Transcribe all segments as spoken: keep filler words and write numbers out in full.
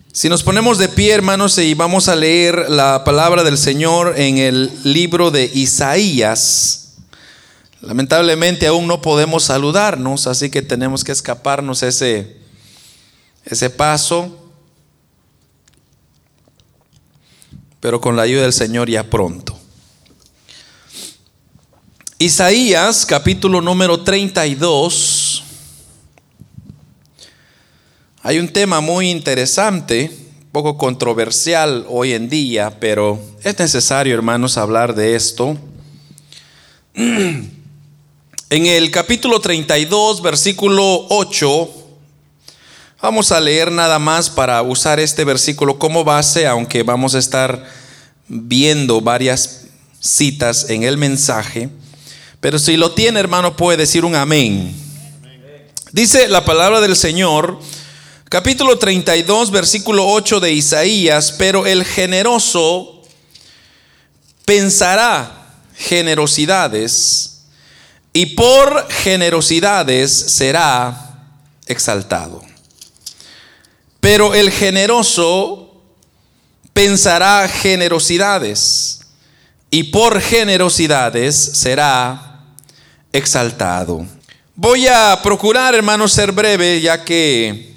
Si nos ponemos de pie, hermanos, y vamos a leer la palabra del Señor en el libro de Isaías. Lamentablemente aún no podemos saludarnos, así que tenemos que escaparnos ese, ese paso. Pero con la ayuda del Señor ya pronto. Isaías, capítulo número treinta y dos. Hay un tema muy interesante, un poco controversial hoy en día, pero es necesario, hermanos, hablar de esto. En el capítulo treinta y dos, versículo ocho, vamos a leer nada más para usar este versículo como base, aunque vamos a estar viendo varias citas en el mensaje. Pero si lo tiene, hermano, puede decir un amén. Dice la palabra del Señor, capítulo treinta y dos, versículo ocho de Isaías: pero el generoso pensará generosidades, y por generosidades será exaltado. Pero el generoso pensará generosidades, y por generosidades será exaltado. Voy a procurar, hermanos, ser breve, ya que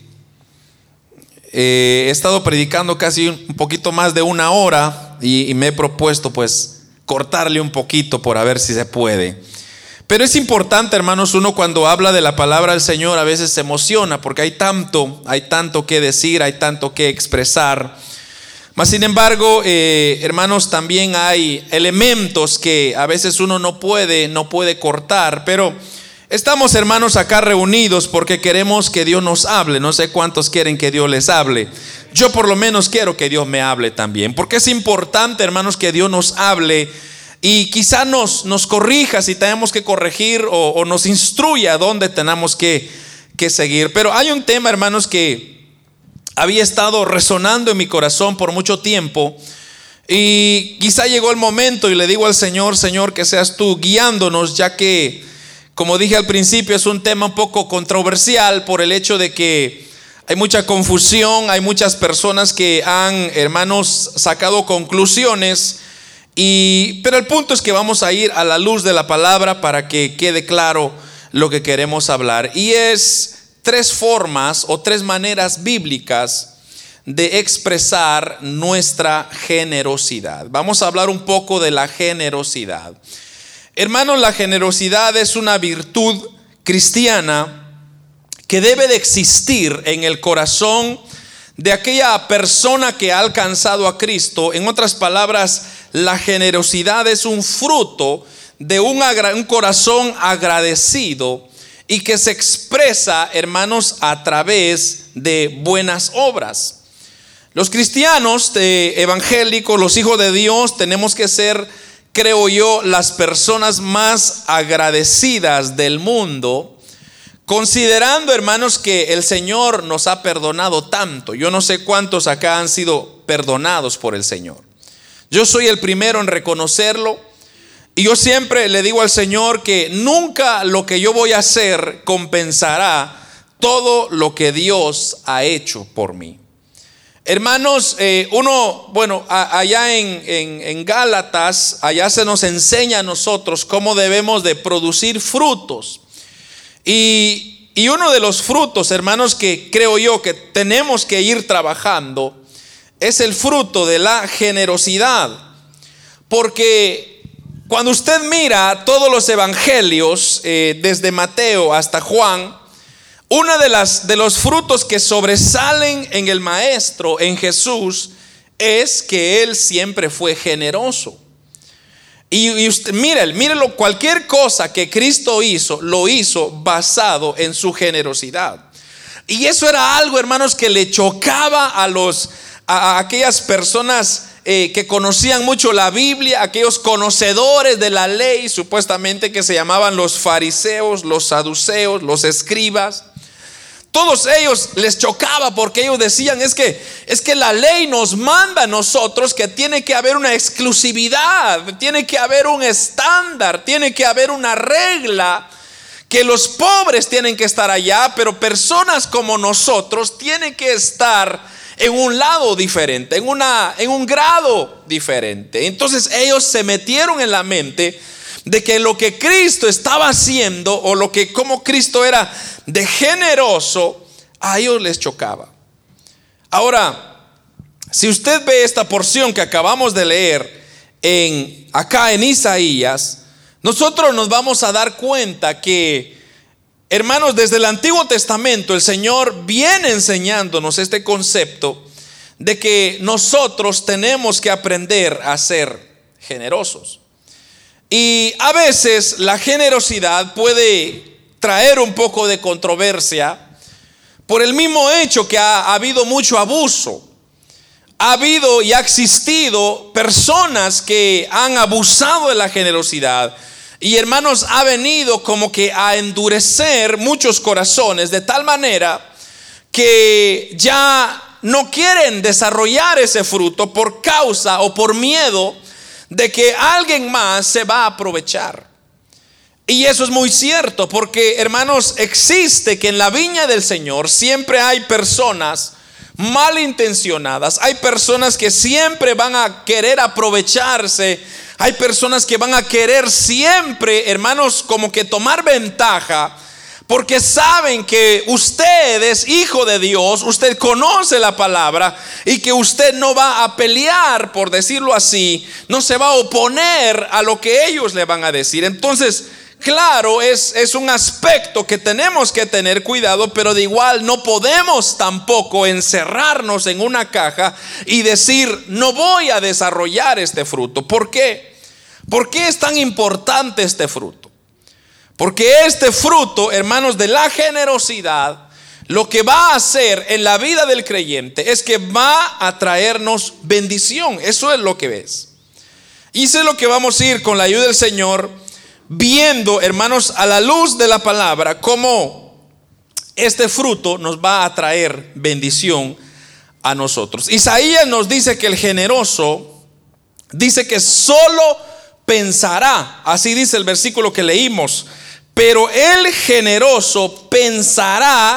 eh, he estado predicando casi un poquito más de una hora y, y me he propuesto pues cortarle un poquito por a ver si se puede. Pero es importante, hermanos, uno cuando habla de la palabra del Señor a veces se emociona porque hay tanto, hay tanto que decir, hay tanto que expresar. Mas sin embargo, eh, hermanos, también hay elementos que a veces uno no puede, no puede cortar. Pero estamos, hermanos, acá reunidos porque queremos que Dios nos hable. No sé cuántos quieren que Dios les hable. Yo por lo menos quiero que Dios me hable también, porque es importante, hermanos, que Dios nos hable y quizá nos, nos corrija si tenemos que corregir, o, o nos instruya dónde tenemos que, que seguir. Pero hay un tema, hermanos, que había estado resonando en mi corazón por mucho tiempo, y quizá llegó el momento y le digo al Señor: Señor, que seas tú guiándonos, ya que, como dije al principio, es un tema un poco controversial por el hecho de que hay mucha confusión, hay muchas personas que han, hermanos, sacado conclusiones, y, pero el punto es que vamos a ir a la luz de la palabra para que quede claro lo que queremos hablar, y es tres formas o tres maneras bíblicas de expresar nuestra generosidad. Vamos a hablar un poco de la generosidad. Hermanos, la generosidad es una virtud cristiana que debe de existir en el corazón de aquella persona que ha alcanzado a Cristo. En otras palabras, la generosidad es un fruto de un, agra- un corazón agradecido, y que se expresa, hermanos, a través de buenas obras. Los cristianos de evangélicos, los hijos de Dios, tenemos que ser, creo yo, las personas más agradecidas del mundo, considerando, hermanos, que el Señor nos ha perdonado tanto. Yo no sé cuántos acá han sido perdonados por el Señor. Yo soy el primero en reconocerlo. Y yo siempre le digo al Señor que nunca lo que yo voy a hacer compensará todo lo que Dios ha hecho por mí. Hermanos, eh, uno, bueno, a, allá en, en, en Gálatas, allá se nos enseña a nosotros cómo debemos de producir frutos. Y, y uno de los frutos, hermanos, que creo yo que tenemos que ir trabajando es el fruto de la generosidad. Porque cuando usted mira todos los evangelios, eh, desde Mateo hasta Juan, uno de, las, de los frutos que sobresalen en el Maestro, en Jesús, es que Él siempre fue generoso. Y, y usted, mírelo, mírelo, cualquier cosa que Cristo hizo, lo hizo basado en su generosidad. Y eso era algo, hermanos, que le chocaba a, los, a, a aquellas personas Eh, que conocían mucho la Biblia, aquellos conocedores de la ley, supuestamente, que se llamaban los fariseos, los saduceos, los escribas. Todos ellos les chocaba porque ellos decían: es que, es que la ley nos manda a nosotros que tiene que haber una exclusividad, tiene que haber un estándar, tiene que haber una regla, que los pobres tienen que estar allá, pero personas como nosotros tienen que estar en un lado diferente, en, una, en un grado diferente. Entonces ellos se metieron en la mente de que lo que Cristo estaba haciendo, o lo que como Cristo era de generoso, a ellos les chocaba. Ahora, si usted ve esta porción que acabamos de leer en, acá en Isaías, nosotros nos vamos a dar cuenta que, hermanos, desde el Antiguo Testamento el Señor viene enseñándonos este concepto de que nosotros tenemos que aprender a ser generosos. Y a veces la generosidad puede traer un poco de controversia por el mismo hecho que ha, ha habido mucho abuso. Ha habido y ha existido personas que han abusado de la generosidad. Y hermanos, ha venido como que a endurecer muchos corazones de tal manera que ya no quieren desarrollar ese fruto por causa o por miedo de que alguien más se va a aprovechar. Y eso es muy cierto, porque hermanos, existe que en la viña del Señor siempre hay personas malintencionadas, hay personas que siempre van a querer aprovecharse, hay personas que van a querer siempre, hermanos, como que tomar ventaja, porque saben que usted es hijo de Dios, usted conoce la palabra y que usted no va a pelear, por decirlo así, no se va a oponer a lo que ellos le van a decir. Entonces, claro, es, es un aspecto que tenemos que tener cuidado, pero de igual no podemos tampoco encerrarnos en una caja y decir, no voy a desarrollar este fruto. ¿Por qué? ¿Por qué es tan importante este fruto? Porque este fruto, hermanos, de la generosidad, lo que va a hacer en la vida del creyente es que va a traernos bendición. Eso es lo que es. Y eso es lo que vamos a ir con la ayuda del Señor, viendo, hermanos, a la luz de la palabra, cómo este fruto nos va a traer bendición a nosotros. Isaías nos dice que el generoso dice que solo pensará, así dice el versículo que leímos, pero el generoso pensará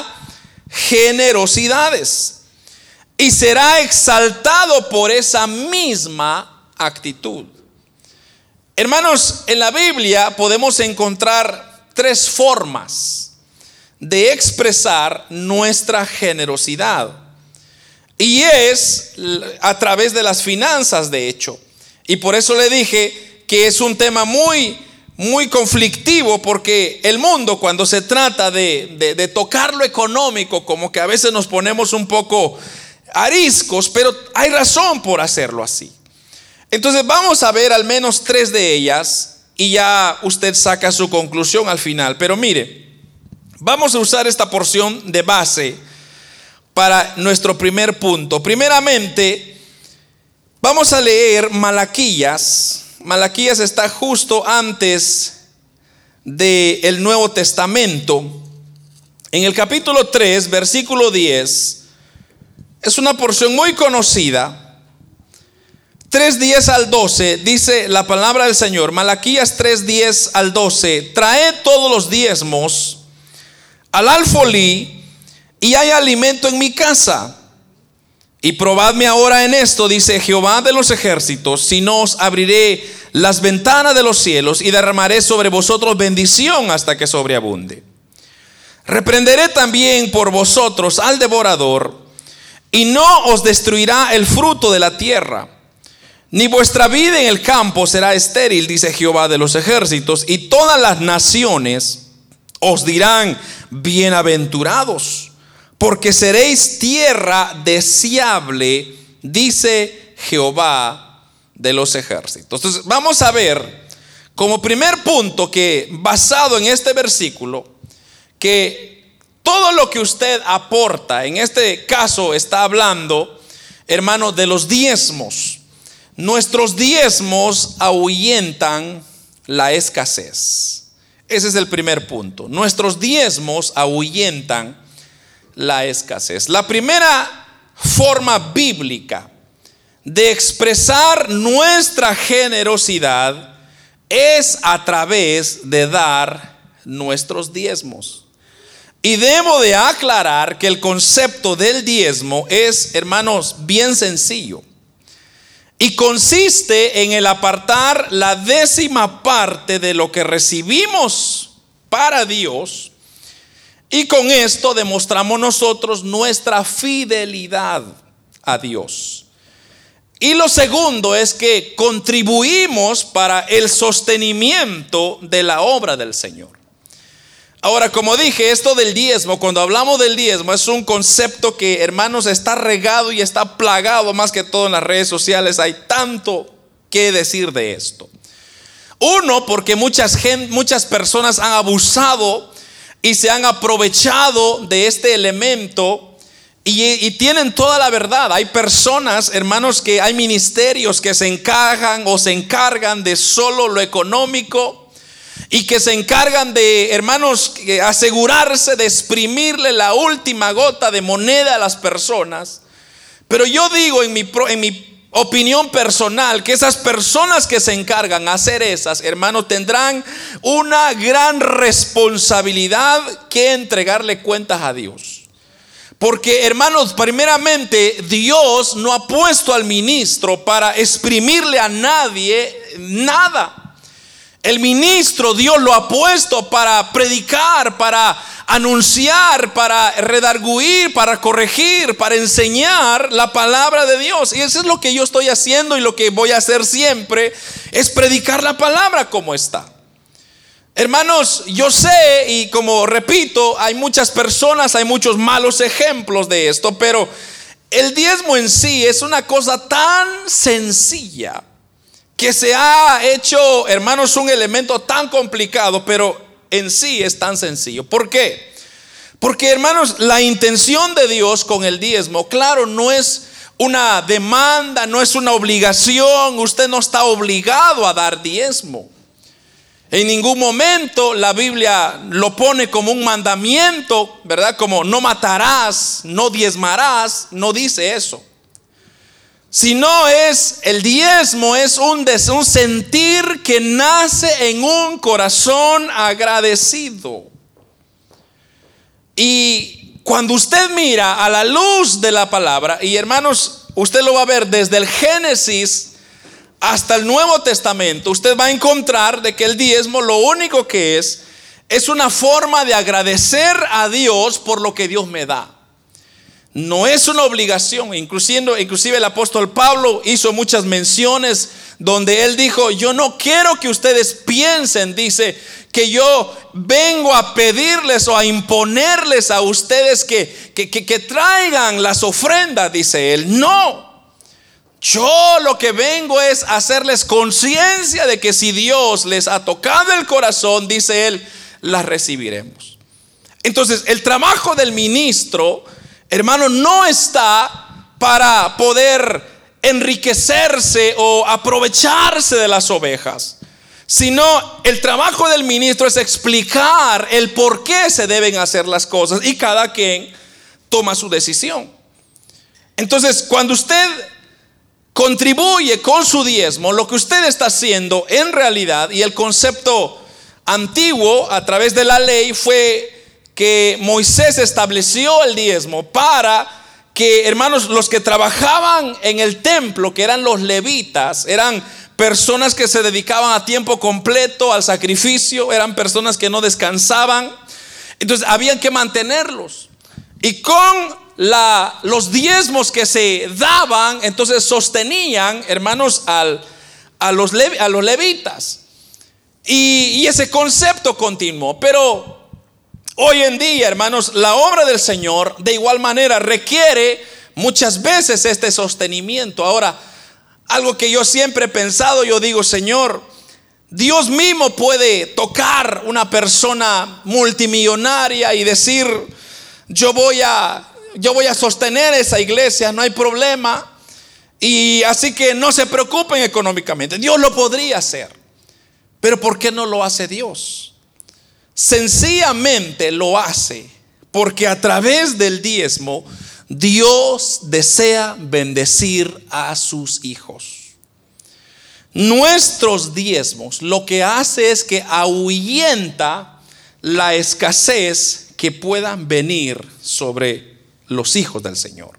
generosidades y será exaltado por esa misma actitud. Hermanos, en la Biblia podemos encontrar tres formas de expresar nuestra generosidad, y es a través de las finanzas, de hecho. Y por eso le dije que es un tema muy, muy conflictivo, porque el mundo, cuando se trata de, de, de tocar lo económico, como que a veces nos ponemos un poco ariscos, pero hay razón por hacerlo así. Entonces vamos a ver al menos tres de ellas y ya usted saca su conclusión al final. Pero mire, vamos a usar esta porción de base para nuestro primer punto. Primeramente, vamos a leer Malaquías. Malaquías está justo antes del Nuevo Testamento. En el capítulo tres, versículo diez, es una porción muy conocida. tres, diez al doce, dice la palabra del Señor. Malaquías tres, diez al doce. Traed todos los diezmos al alfolí, y hay alimento en mi casa. Y probadme ahora en esto, dice Jehová de los ejércitos, si no os abriré las ventanas de los cielos y derramaré sobre vosotros bendición hasta que sobreabunde. Reprenderé también por vosotros al devorador, y no os destruirá el fruto de la tierra, ni vuestra vida en el campo será estéril, dice Jehová de los ejércitos, y todas las naciones os dirán bienaventurados, porque seréis tierra deseable, dice Jehová de los ejércitos. Entonces vamos a ver como primer punto, que basado en este versículo, que todo lo que usted aporta, en este caso está hablando, hermano, de los diezmos. Nuestros diezmos ahuyentan la escasez. Ese es el primer punto. Nuestros diezmos ahuyentan la escasez. La primera forma bíblica de expresar nuestra generosidad es a través de dar nuestros diezmos. Y debo de aclarar que el concepto del diezmo es, hermanos, bien sencillo. Y consiste en el apartar la décima parte de lo que recibimos para Dios. Y con esto demostramos nosotros nuestra fidelidad a Dios. Y lo segundo es que contribuimos para el sostenimiento de la obra del Señor. Ahora, como dije, esto del diezmo, cuando hablamos del diezmo, es un concepto que, hermanos, está regado y está plagado, más que todo en las redes sociales. Hay tanto que decir de esto. Uno, porque muchas, gente, muchas personas han abusado y se han aprovechado de este elemento y, y tienen toda la verdad. Hay personas, hermanos, que hay ministerios que se encargan o se encargan de solo lo económico y que se encargan de, hermanos, asegurarse de exprimirle la última gota de moneda a las personas. Pero yo digo en mi, en mi opinión personal que esas personas que se encargan de hacer esas, hermanos, tendrán una gran responsabilidad que entregarle cuentas a Dios. Porque, hermanos, primeramente Dios no ha puesto al ministro para exprimirle a nadie nada. El ministro Dios lo ha puesto para predicar, para anunciar, para redarguir, para corregir, para enseñar la palabra de Dios. Y eso es lo que yo estoy haciendo y lo que voy a hacer siempre, es predicar la palabra como está. Hermanos, yo sé, y como repito, hay muchas personas, hay muchos malos ejemplos de esto, pero el diezmo en sí es una cosa tan sencilla que se ha hecho, hermanos, un elemento tan complicado, pero en sí es tan sencillo. ¿Por qué? Porque, hermanos, la intención de Dios con el diezmo, claro, no es una demanda, no es una obligación. Usted no está obligado a dar diezmo. En ningún momento la Biblia lo pone como un mandamiento, ¿verdad? Como no matarás, no diezmarás, no dice eso. Sino es, el diezmo es un, des, un sentir que nace en un corazón agradecido. Y cuando usted mira a la luz de la palabra, y hermanos, usted lo va a ver desde el Génesis hasta el Nuevo Testamento, usted va a encontrar de que el diezmo lo único que es, es una forma de agradecer a Dios por lo que Dios me da. No es una obligación. Inclusive, inclusive el apóstol Pablo hizo muchas menciones donde él dijo: yo no quiero que ustedes piensen, dice, que yo vengo a pedirles o a imponerles a ustedes que, que, que, que traigan las ofrendas, dice él. No, yo lo que vengo es hacerles conciencia de que si Dios les ha tocado el corazón, dice él, las recibiremos. Entonces, el trabajo del ministro, hermano, no está para poder enriquecerse o aprovecharse de las ovejas, sino el trabajo del ministro es explicar el por qué se deben hacer las cosas, y cada quien toma su decisión. Entonces, cuando usted contribuye con su diezmo, lo que usted está haciendo en realidad, y el concepto antiguo a través de la ley fue que Moisés estableció el diezmo para que, hermanos, los que trabajaban en el templo, que eran los levitas, eran personas que se dedicaban a tiempo completo al sacrificio, eran personas que no descansaban. Entonces habían que mantenerlos, y con la, los diezmos que se daban, entonces sostenían, hermanos, al, a, los lev, a los levitas, y, y ese concepto continuó. Pero hoy en día, hermanos, la obra del Señor de igual manera requiere muchas veces este sostenimiento. Ahora, algo que yo siempre he pensado, yo digo: Señor, Dios mismo puede tocar una persona multimillonaria y decir: yo voy a, yo voy a sostener esa iglesia, no hay problema, y así que no se preocupen económicamente. Dios lo podría hacer, pero ¿por qué no lo hace Dios? Sencillamente lo hace porque a través del diezmo Dios desea bendecir a sus hijos. Nuestros diezmos lo que hace es que ahuyenta la escasez que puedan venir sobre los hijos del Señor.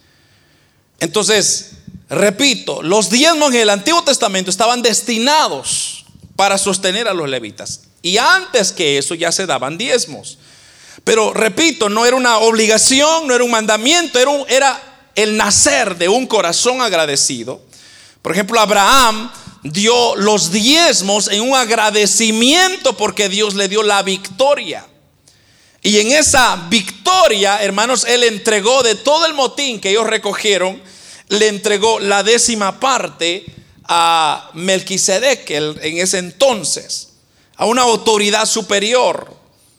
Entonces, repito, los diezmos en el Antiguo Testamento estaban destinados para sostener a los levitas. Y antes que eso ya se daban diezmos. Pero repito, no era una obligación, no era un mandamiento, era, un, era el nacer de un corazón agradecido. Por ejemplo, Abraham dio los diezmos en un agradecimiento porque Dios le dio la victoria. Y en esa victoria, hermanos, él entregó de todo el motín que ellos recogieron, le entregó la décima parte a Melquisedec en ese entonces, a una autoridad superior.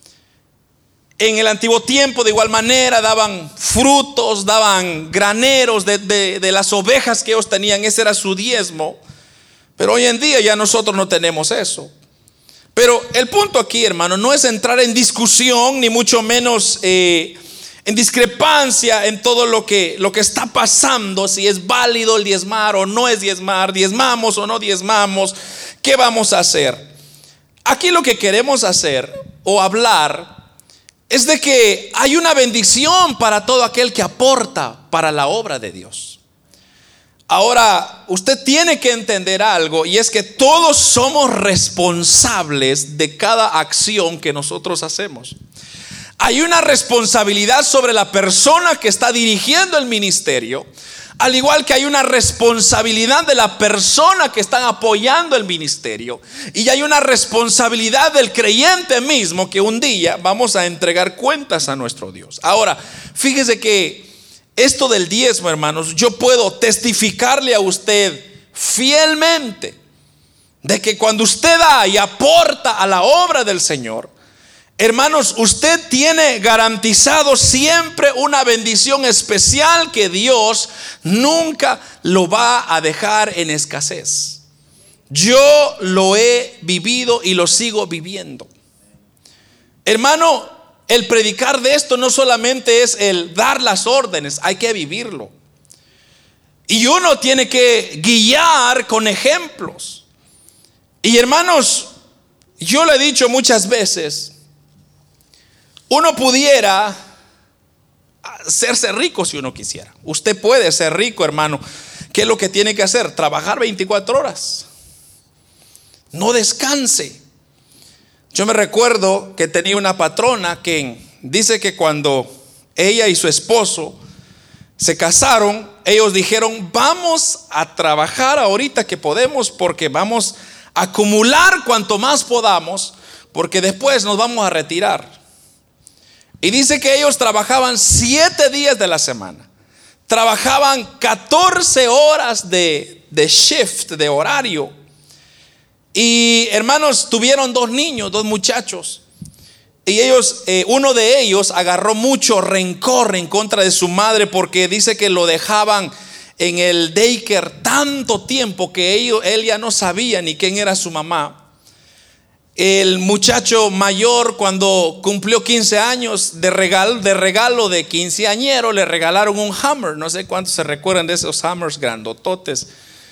En el antiguo tiempo, de igual manera, daban frutos, daban graneros de, de, de las ovejas que ellos tenían. Ese era su diezmo. Pero hoy en día ya nosotros no tenemos eso. Pero el punto aquí, hermano, no es entrar en discusión, ni mucho menos eh, en discrepancia en todo lo que, lo que está pasando, si es válido el diezmar o no es diezmar, diezmamos o no diezmamos, ¿qué vamos a hacer? Aquí lo que queremos hacer o hablar es de que hay una bendición para todo aquel que aporta para la obra de Dios. Ahora, usted tiene que entender algo, y es que todos somos responsables de cada acción que nosotros hacemos. Hay una responsabilidad sobre la persona que está dirigiendo el ministerio, al igual que hay una responsabilidad de la persona que están apoyando el ministerio, y hay una responsabilidad del creyente mismo que un día vamos a entregar cuentas a nuestro Dios. Ahora, fíjese que esto del diezmo, hermanos, yo puedo testificarle a usted fielmente de que cuando usted da y aporta a la obra del Señor, hermanos, usted tiene garantizado siempre una bendición especial que Dios nunca lo va a dejar en escasez. Yo lo he vivido y lo sigo viviendo. Hermano, el predicar de esto no solamente es el dar las órdenes, hay que vivirlo. Y uno tiene que guiar con ejemplos. Y hermanos, yo le he dicho muchas veces, uno pudiera hacerse rico si uno quisiera. Usted puede ser rico, hermano. ¿Qué es lo que tiene que hacer? Trabajar veinticuatro horas. No descanse. Yo me recuerdo que tenía una patrona que dice que cuando ella y su esposo se casaron, ellos dijeron: vamos a trabajar ahorita que podemos, porque vamos a acumular cuanto más podamos, porque después nos vamos a retirar. Y dice que ellos trabajaban siete días de la semana, trabajaban catorce horas de, de shift, de horario. Y hermanos, tuvieron dos niños, dos muchachos. Y ellos, eh, uno de ellos agarró mucho rencor en contra de su madre, porque dice que lo dejaban en el daycare tanto tiempo que ellos, él ya no sabía ni quién era su mamá. El muchacho mayor, cuando cumplió quince años, de regalo, de regalo de quinceañero, le regalaron un Hummer. No sé cuántos se recuerdan de esos Hummers grandototes.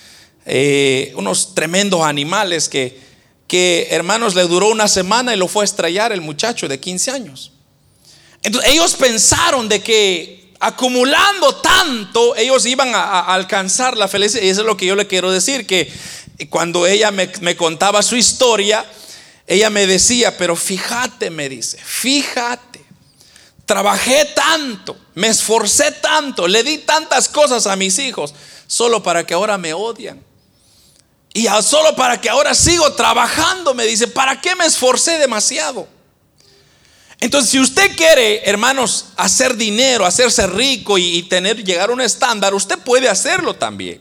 Eh, unos tremendos animales que, que, hermanos, le duró una semana y lo fue a estrellar el muchacho de quince años. Entonces ellos pensaron de que acumulando tanto ellos iban a, a alcanzar la felicidad. Y eso es lo que yo le quiero decir, que cuando ella me, me contaba su historia, ella me decía: pero fíjate, me dice, fíjate, trabajé tanto, me esforcé tanto, le di tantas cosas a mis hijos, solo para que ahora me odian. Y solo para que ahora sigo trabajando, me dice, ¿para qué me esforcé demasiado? Entonces, si usted quiere, hermanos, hacer dinero, hacerse rico y, y tener, llegar a un estándar, usted puede hacerlo también.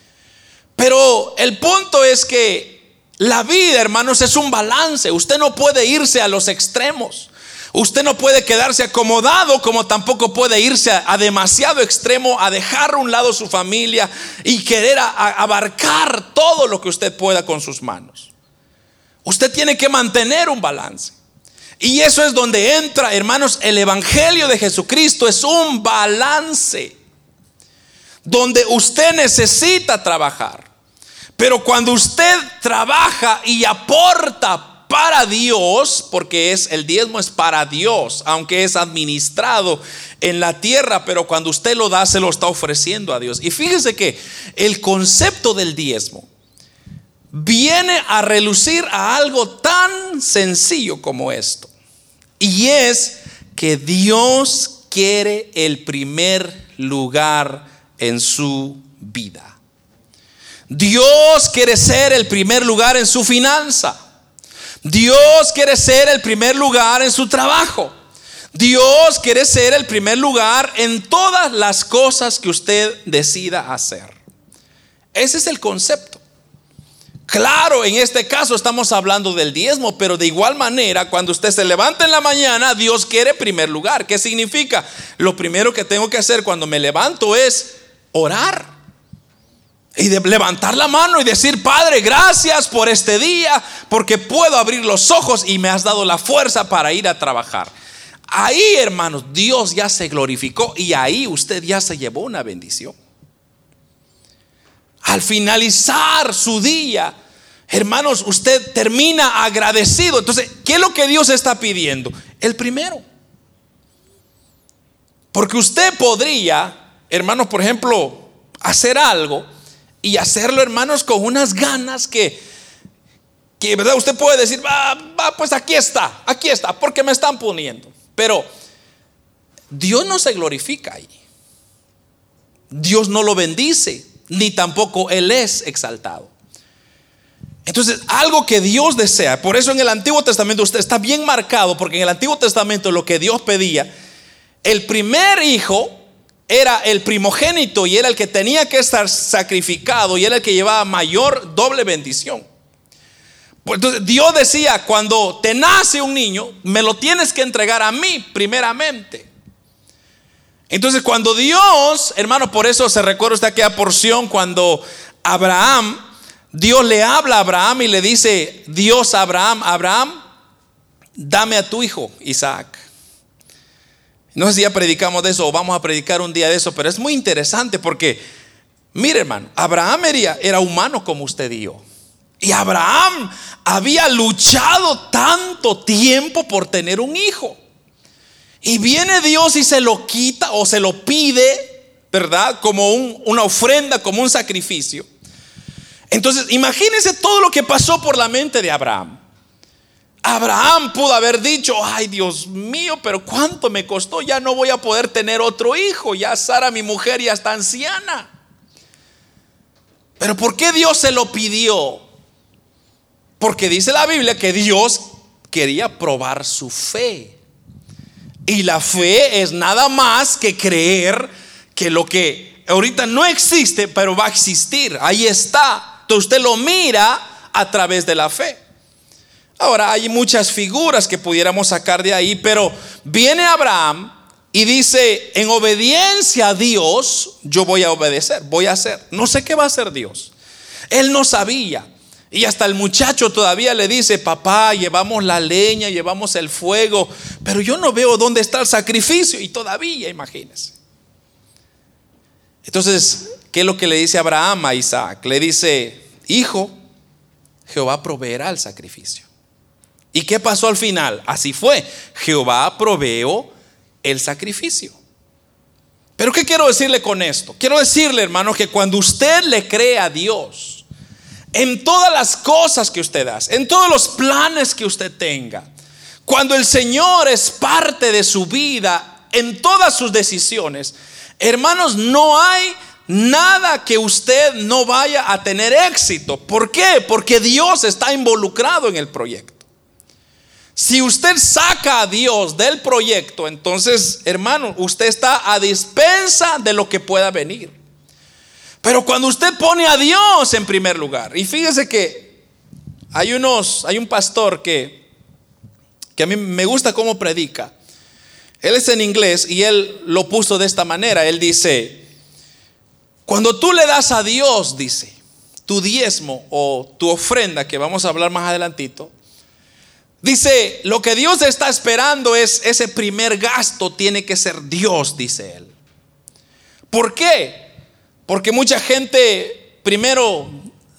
Pero el punto es que la vida, hermanos, es un balance. Usted no puede irse a los extremos. Usted no puede quedarse acomodado, como tampoco puede irse a, a demasiado extremo, a dejar a un lado su familia y querer a, a abarcar todo lo que usted pueda con sus manos. Usted tiene que mantener un balance. Y eso es donde entra, hermanos, el evangelio de Jesucristo. Es un balance donde usted necesita trabajar. Pero cuando usted trabaja y aporta para Dios, porque es, el diezmo es para Dios, aunque es administrado en la tierra, pero cuando usted lo da, se lo está ofreciendo a Dios. Y fíjese que el concepto del diezmo viene a relucir a algo tan sencillo como esto, y es que Dios quiere el primer lugar en su vida. Dios quiere ser el primer lugar en su finanza. Dios quiere ser el primer lugar en su trabajo. Dios quiere ser el primer lugar en todas las cosas que usted decida hacer. Ese es el concepto. Claro, en este caso estamos hablando del diezmo, pero de igual manera, cuando usted se levanta en la mañana, Dios quiere primer lugar. ¿Qué significa? Lo primero que tengo que hacer cuando me levanto es orar. Y de levantar la mano y decir: Padre, gracias por este día, porque puedo abrir los ojos y me has dado la fuerza para ir a trabajar. Ahí, hermanos, Dios ya se glorificó y ahí usted ya se llevó una bendición. Al finalizar su día, hermanos, usted termina agradecido. Entonces, ¿qué es lo que Dios está pidiendo? El primero. Porque usted podría, hermanos, por ejemplo, hacer algo y hacerlo, hermanos, con unas ganas que, que ¿verdad? Usted puede decir: va, va, pues aquí está, aquí está, porque me están poniendo. Pero Dios no se glorifica ahí. Dios no lo bendice, ni tampoco Él es exaltado. Entonces, algo que Dios desea, por eso en el Antiguo Testamento usted está bien marcado, porque en el Antiguo Testamento lo que Dios pedía, el primer hijo era el primogénito y era el que tenía que estar sacrificado y era el que llevaba mayor doble bendición. Pues entonces Dios decía: cuando te nace un niño, me lo tienes que entregar a mí primeramente. Entonces, cuando Dios, hermano, por eso se recuerda usted aquella porción cuando Abraham, Dios le habla a Abraham y le dice Dios a Abraham: Abraham, dame a tu hijo Isaac. No sé si ya predicamos de eso o vamos a predicar un día de eso, pero es muy interesante porque, mire, hermano, Abraham era, era humano como usted y yo. Y Abraham había luchado tanto tiempo por tener un hijo. Y viene Dios y se lo quita o se lo pide, ¿verdad? Como un, una ofrenda, como un sacrificio. Entonces, imagínense todo lo que pasó por la mente de Abraham. Abraham pudo haber dicho: ay, Dios mío, pero cuánto me costó, ya no voy a poder tener otro hijo, ya Sara, mi mujer, ya está anciana. Pero ¿por qué Dios se lo pidió? Porque dice la Biblia que Dios quería probar su fe. Y la fe es nada más que creer que lo que ahorita no existe, pero va a existir. Ahí está. Entonces usted lo mira a través de la fe. Ahora, hay muchas figuras que pudiéramos sacar de ahí, pero viene Abraham y dice: en obediencia a Dios, yo voy a obedecer, voy a hacer. No sé qué va a hacer Dios. Él no sabía. Y hasta el muchacho todavía le dice: papá, llevamos la leña, llevamos el fuego, pero yo no veo dónde está el sacrificio. Y todavía, imagínense. Entonces, ¿qué es lo que le dice Abraham a Isaac? Le dice: hijo, Jehová proveerá el sacrificio. ¿Y qué pasó al final? Así fue. Jehová proveó el sacrificio. Pero ¿qué quiero decirle con esto? Quiero decirle, hermano, que cuando usted le cree a Dios en todas las cosas que usted hace, en todos los planes que usted tenga, cuando el Señor es parte de su vida, en todas sus decisiones, hermanos, no hay nada que usted no vaya a tener éxito. ¿Por qué? Porque Dios está involucrado en el proyecto. Si usted saca a Dios del proyecto, entonces, hermano, usted está a dispensa de lo que pueda venir. Pero cuando usted pone a Dios en primer lugar, y fíjese que hay unos, hay un pastor que, que a mí me gusta cómo predica. Él es en inglés y él lo puso de esta manera. Él dice: cuando tú le das a Dios, dice, tu diezmo o tu ofrenda, que vamos a hablar más adelantito, dice, lo que Dios está esperando es ese primer gasto, tiene que ser Dios, dice él. ¿Por qué? Porque mucha gente primero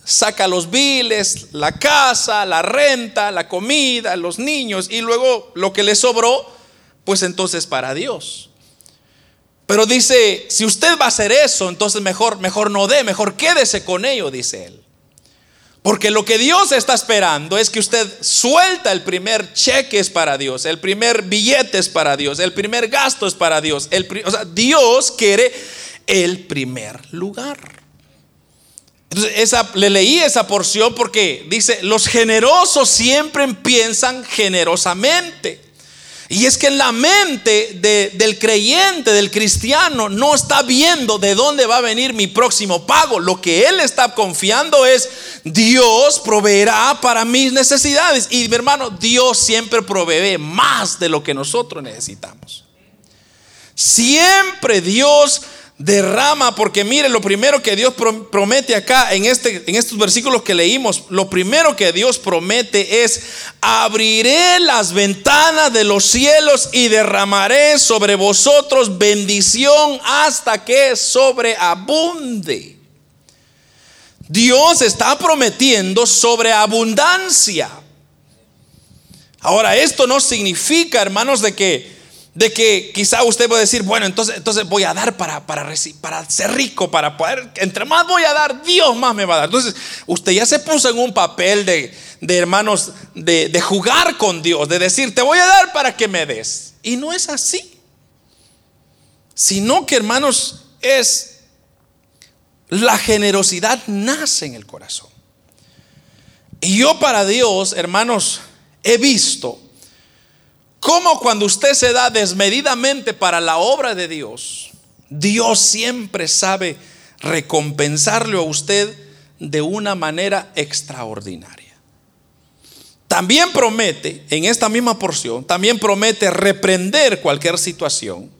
saca los biles, la casa, la renta, la comida, los niños, y luego lo que le sobró, pues entonces para Dios. Pero dice, si usted va a hacer eso, entonces mejor, mejor no dé, mejor quédese con ello, dice él. Porque lo que Dios está esperando es que usted suelta el primer cheque es para Dios, el primer billete es para Dios, el primer gasto es para Dios. El, o sea, Dios quiere el primer lugar. Entonces, esa, le leí esa porción porque dice, los generosos siempre piensan generosamente. Y es que en la mente de, del creyente, del cristiano, no está viendo de dónde va a venir mi próximo pago. Lo que él está confiando es, Dios proveerá para mis necesidades. Y mi hermano, Dios siempre provee más de lo que nosotros necesitamos. Siempre Dios derrama, porque mire, lo primero que Dios promete acá en, este, en estos versículos que leímos, lo primero que Dios promete es: abriré las ventanas de los cielos y derramaré sobre vosotros bendición hasta que sobreabunde. Dios está prometiendo sobreabundancia. Ahora, esto no significa, hermanos, de que De que quizá usted va a decir, bueno, entonces, entonces voy a dar para, para, para ser rico, para poder, entre más voy a dar, Dios más me va a dar. Entonces usted ya se puso en un papel de, de hermanos, de, de jugar con Dios, de decir, te voy a dar para que me des. Y no es así, sino que, hermanos, es la generosidad nace en el corazón. Y yo para Dios, hermanos, he visto cómo cuando usted se da desmedidamente para la obra de Dios, Dios siempre sabe recompensarle a usted de una manera extraordinaria. También promete, en esta misma porción, también promete reprender cualquier situación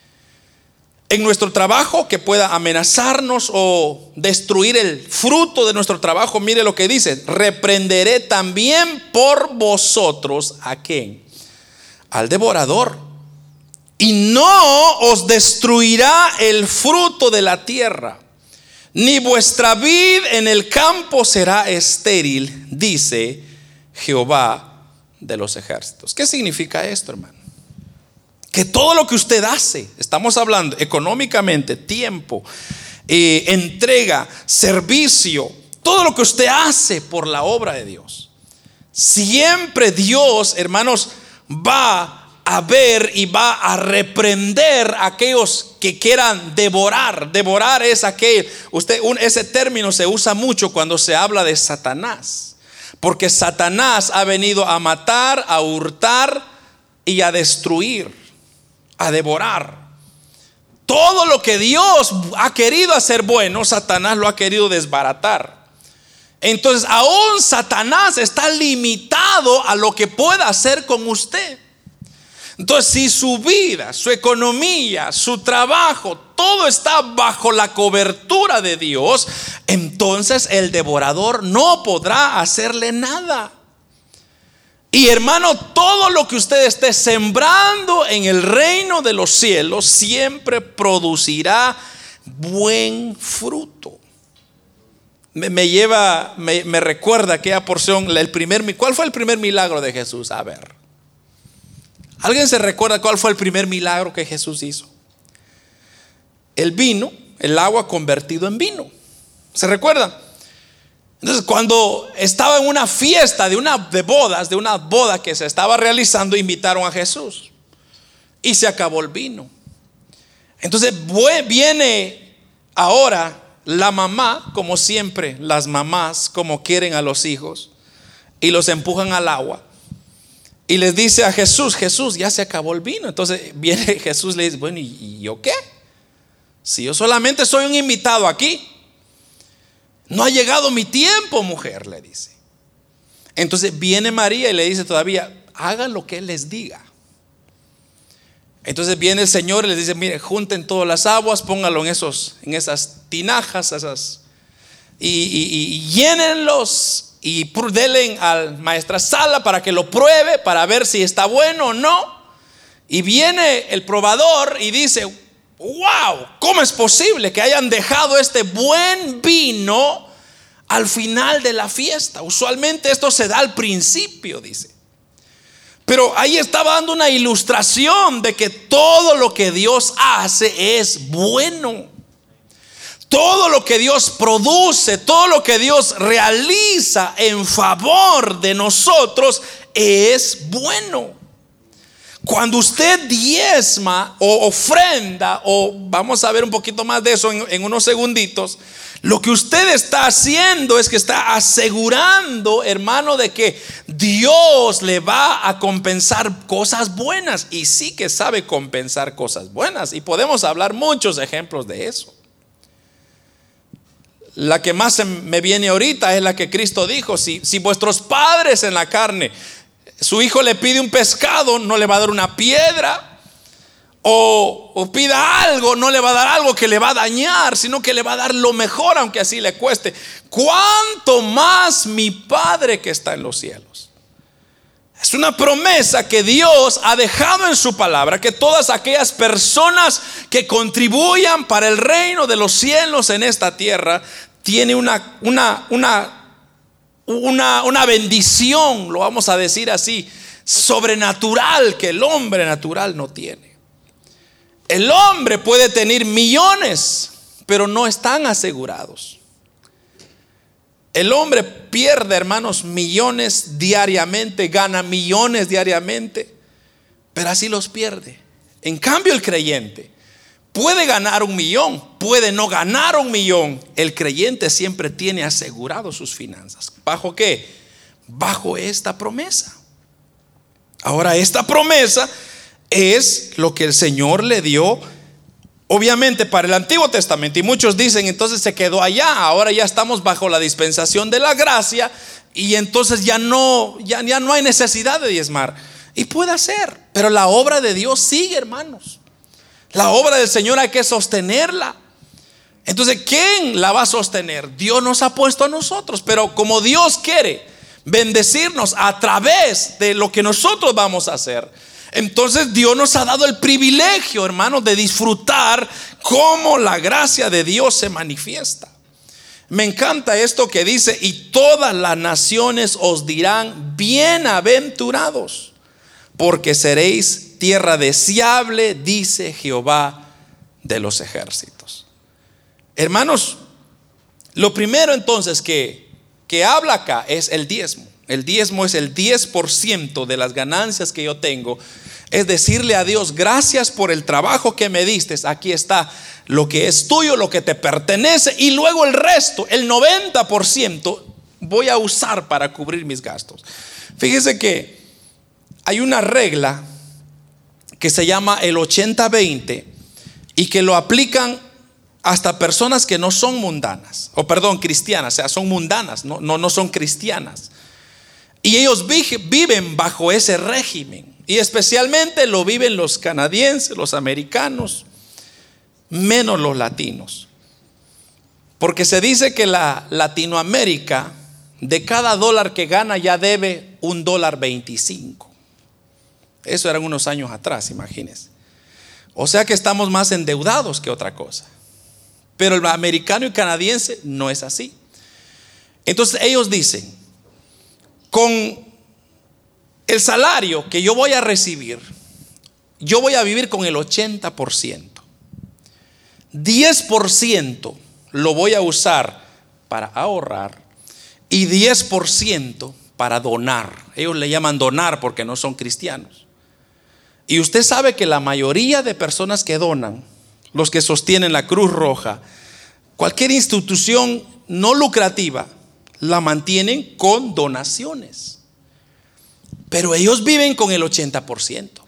en nuestro trabajo que pueda amenazarnos o destruir el fruto de nuestro trabajo. Mire lo que dice: reprenderé también por vosotros ¿a quién? Al devorador, y no os destruirá el fruto de la tierra, ni vuestra vid en el campo será estéril, dice Jehová de los ejércitos. ¿Qué significa esto, hermano? Que todo lo que usted hace, estamos hablando económicamente, tiempo, eh, entrega, servicio, todo lo que usted hace por la obra de Dios, siempre Dios, hermanos, va a ver y va a reprender a aquellos que quieran devorar. Devorar es aquel, usted, un, ese término se usa mucho cuando se habla de Satanás, porque Satanás ha venido a matar, a hurtar y a destruir, a devorar. Todo lo que Dios ha querido hacer bueno, Satanás lo ha querido desbaratar. Entonces aún Satanás está limitado a lo que pueda hacer con usted. Entonces, si su vida, su economía, su trabajo, todo está bajo la cobertura de Dios, entonces el devorador no podrá hacerle nada. Y hermano, todo lo que usted esté sembrando en el reino de los cielos siempre producirá buen fruto. Me, me lleva, me, me recuerda aquella porción, el primer, ¿cuál fue el primer milagro de Jesús? A ver, ¿alguien se recuerda cuál fue el primer milagro que Jesús hizo? El vino, el agua convertido en vino. ¿Se recuerdan? Entonces, cuando estaba en una fiesta de una de bodas, de una boda que se estaba realizando, invitaron a Jesús y se acabó el vino. Entonces viene ahora la mamá, como siempre, las mamás como quieren a los hijos, y los empujan al agua y les dice a Jesús: Jesús, ya se acabó el vino. Entonces viene Jesús y le dice: bueno, ¿y, y yo qué? Si yo solamente soy un invitado aquí, no ha llegado mi tiempo, mujer, le dice. Entonces viene María y le dice todavía: hagan lo que Él les diga. Entonces viene el Señor y les dice: mire, junten todas las aguas, pónganlo en, esos, en esas tinajas, esas, y, y, y llénenlos y denle al maestrasala para que lo pruebe, para ver si está bueno o no. Y viene el probador y dice: wow, ¿cómo es posible que hayan dejado este buen vino al final de la fiesta. Usualmente esto se da al principio, dice. Pero ahí estaba dando una ilustración de que todo lo que Dios hace es bueno. Todo lo que Dios produce, todo lo que Dios realiza en favor de nosotros es bueno. Cuando usted diezma o ofrenda, o vamos a ver un poquito más de eso en, en unos segunditos, lo que usted está haciendo es que está asegurando, hermano, de que Dios le va a compensar cosas buenas. Y sí que sabe compensar cosas buenas. Y podemos hablar muchos ejemplos de eso. La que más me viene ahorita es la que Cristo dijo: si, si vuestros padres en la carne, su hijo le pide un pescado, no le va a dar una piedra. O, o pida algo, no le va a dar algo que le va a dañar, sino que le va a dar lo mejor, aunque así le cueste. ¿Cuánto más mi Padre que está en los cielos? Es una promesa que Dios ha dejado en su palabra, que todas aquellas personas que contribuyan para el reino de los cielos en esta tierra tiene una, una, una, una, una bendición, lo vamos a decir así, sobrenatural, que el hombre natural no tiene. El hombre puede tener millones, pero no están asegurados. El hombre pierde, hermanos, millones diariamente, gana millones diariamente, pero así los pierde. En cambio, el creyente puede ganar un millón, puede no ganar un millón. El creyente siempre tiene asegurado sus finanzas. ¿Bajo qué? Bajo esta promesa. Ahora, esta promesa es lo que el Señor le dio, obviamente, para el Antiguo Testamento. Y muchos dicen, entonces se quedó allá. Ahora ya estamos bajo la dispensación de la gracia, y entonces ya no, ya, ya no hay necesidad de diezmar. Y puede ser, pero la obra de Dios sigue, hermanos. La obra del Señor hay que sostenerla. Entonces, ¿quién la va a sostener? Dios nos ha puesto a nosotros. Pero como Dios quiere bendecirnos a través de lo que nosotros vamos a hacer, entonces Dios nos ha dado el privilegio, hermanos, de disfrutar cómo la gracia de Dios se manifiesta. Me encanta esto que dice: y todas las naciones os dirán bienaventurados, porque seréis tierra deseable, dice Jehová de los ejércitos. Hermanos, lo primero entonces que, que habla acá es el diezmo. El diezmo es el diez por ciento de las ganancias que yo tengo. Es decirle a Dios: gracias por el trabajo que me diste. Aquí está lo que es tuyo, lo que te pertenece. Y luego el resto, el noventa por ciento, voy a usar para cubrir mis gastos. Fíjese que hay una regla que se llama el ochenta veinte, y que lo aplican hasta personas que no son mundanas, o perdón, cristianas, o sea, son mundanas, no, no, no son cristianas. Y ellos viven bajo ese régimen, y especialmente lo viven los canadienses, los americanos, menos los latinos. Porque se dice que la Latinoamérica, de cada dólar que gana, ya debe un dólar veinticinco. Eso eran unos años atrás, imagínense. O sea que estamos más endeudados que otra cosa. Pero el americano y canadiense no es así. Entonces ellos dicen: con el salario que yo voy a recibir, yo voy a vivir con el ochenta por ciento. diez por ciento lo voy a usar para ahorrar, y diez por ciento para donar. Ellos le llaman donar porque no son cristianos. Y usted sabe que la mayoría de personas que donan, los que sostienen la Cruz Roja, cualquier institución no lucrativa, la mantienen con donaciones. Pero ellos viven con el ochenta por ciento.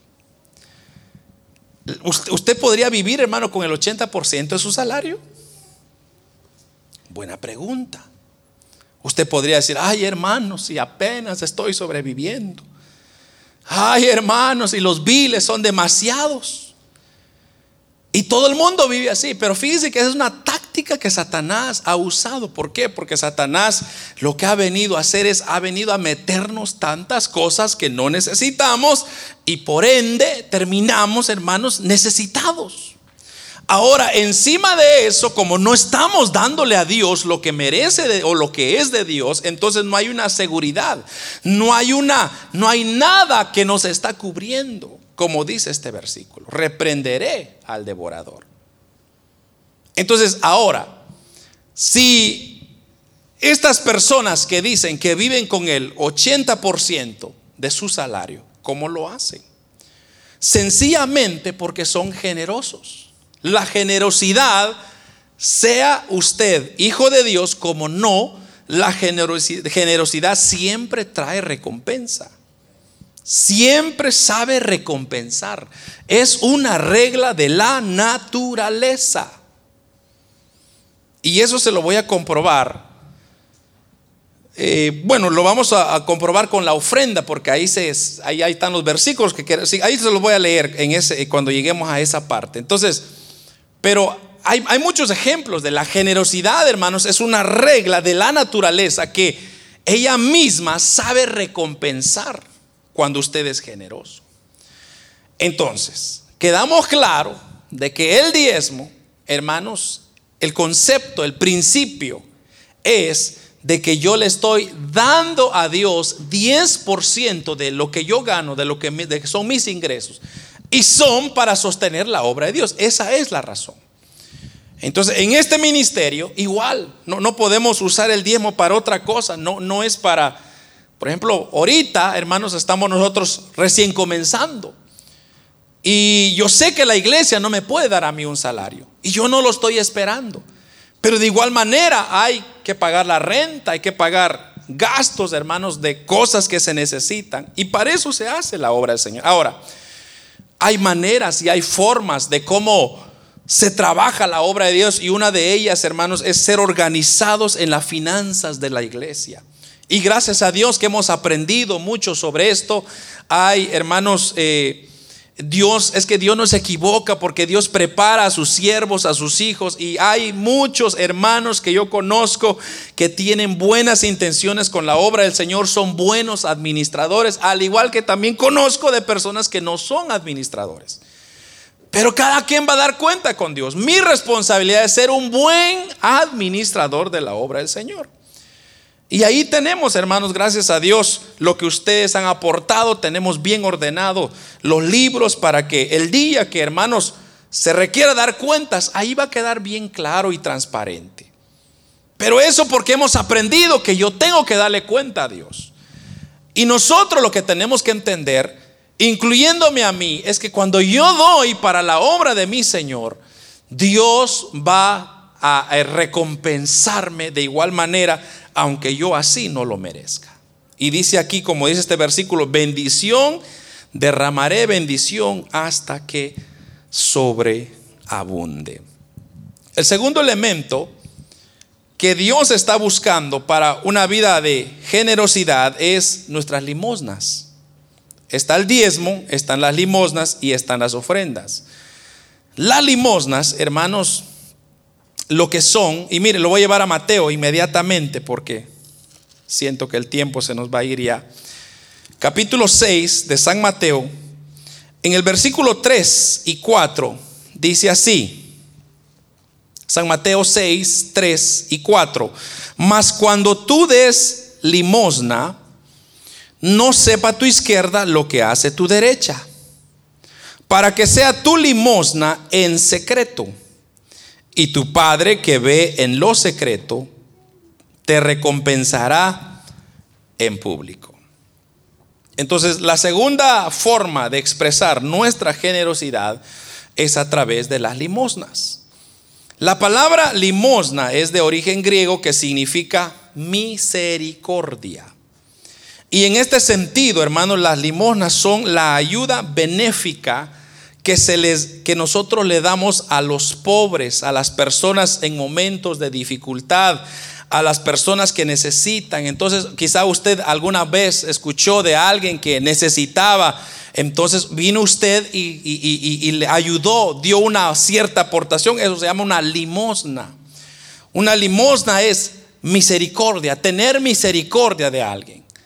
¿Usted podría vivir, hermano, con el ochenta por ciento de su salario? Buena pregunta. Usted podría decir: ay, hermanos, si apenas estoy sobreviviendo. Ay, hermanos, y los biles son demasiados. Y todo el mundo vive así. Pero fíjese que esa es una táctica que Satanás ha usado. ¿Por qué? Porque Satanás lo que ha venido a hacer es, ha venido a meternos tantas cosas que no necesitamos, y por ende terminamos, hermanos, necesitados. Ahora, encima de eso, como no estamos dándole a Dios lo que merece de, o lo que es de Dios, entonces no hay una seguridad, no hay una, no hay nada que nos está cubriendo, como dice este versículo: reprenderé al devorador. Entonces, ahora, si estas personas que dicen que viven con el ochenta por ciento de su salario, ¿cómo lo hacen? Sencillamente porque son generosos. La generosidad, sea usted hijo de Dios como no, la generosidad, generosidad siempre trae recompensa. Siempre sabe recompensar. Es una regla de la naturaleza. Y eso se lo voy a comprobar. Eh, bueno, lo vamos a, a comprobar con la ofrenda, porque ahí, se, ahí, ahí están los versículos que quiero, sí, ahí se los voy a leer en ese, cuando lleguemos a esa parte. Entonces, pero hay, hay muchos ejemplos de la generosidad, hermanos. Es una regla de la naturaleza que ella misma sabe recompensar cuando usted es generoso. Entonces, quedamos claro de que el diezmo, hermanos, el concepto, el principio es de que yo le estoy dando a Dios diez por ciento de lo que yo gano, de lo que, de que son mis ingresos, y son para sostener la obra de Dios. Esa es la razón. Entonces, en este ministerio igual, no, no podemos usar el diezmo para otra cosa. No, no es para, por ejemplo, ahorita, hermanos, estamos nosotros recién comenzando, y yo sé que la iglesia no me puede dar a mí un salario, y yo no lo estoy esperando. Pero de igual manera hay que pagar la renta, hay que pagar gastos, hermanos, de cosas que se necesitan, y para eso se hace la obra del Señor. Ahora, hay maneras y hay formas de cómo se trabaja la obra de Dios, y una de ellas, hermanos, es ser organizados en las finanzas de la iglesia. Y gracias a Dios que hemos aprendido mucho sobre esto. Hay, hermanos, eh, Dios, es que Dios no se equivoca, porque Dios prepara a sus siervos, a sus hijos, y hay muchos hermanos que yo conozco que tienen buenas intenciones con la obra del Señor, son buenos administradores, al igual que también conozco de personas que no son administradores. Pero cada quien va a dar cuenta con Dios. Mi responsabilidad es ser un buen administrador de la obra del Señor. Y ahí tenemos, hermanos, gracias a Dios, lo que ustedes han aportado. Tenemos bien ordenado los libros para que el día que, hermanos, se requiera dar cuentas, ahí va a quedar bien claro y transparente. Pero eso porque hemos aprendido que yo tengo que darle cuenta a Dios. Y nosotros lo que tenemos que entender, incluyéndome a mí, es que cuando yo doy para la obra de mi Señor, Dios va a recompensarme de igual manera, aunque yo así no lo merezca. Y dice aquí, como dice este versículo: bendición, derramaré bendición hasta que sobreabunde. El segundo elemento que Dios está buscando para una vida de generosidad es nuestras limosnas. Está el diezmo, están las limosnas y están las ofrendas. Las limosnas, hermanos, lo que son, y mire, lo voy a llevar a Mateo inmediatamente porque siento que el tiempo se nos va a ir ya. Capítulo seis de San Mateo, en el versículo tres y cuatro, dice así: San Mateo seis, tres y cuatro. Mas cuando tú des limosna, no sepa tu izquierda lo que hace tu derecha, para que sea tu limosna en secreto, y tu Padre que ve en lo secreto te recompensará en público. Entonces, la segunda forma de expresar nuestra generosidad es a través de las limosnas. La palabra limosna es de origen griego, que significa misericordia. Y en este sentido, hermanos, las limosnas son la ayuda benéfica que, se les, que nosotros le damos a los pobres, a las personas en momentos de dificultad, a las personas que necesitan. Entonces, quizá usted alguna vez escuchó de alguien que necesitaba, entonces vino usted y, y, y, y le ayudó, dio una cierta aportación. Eso se llama una limosna. Una limosna es misericordia, tener misericordia de alguien,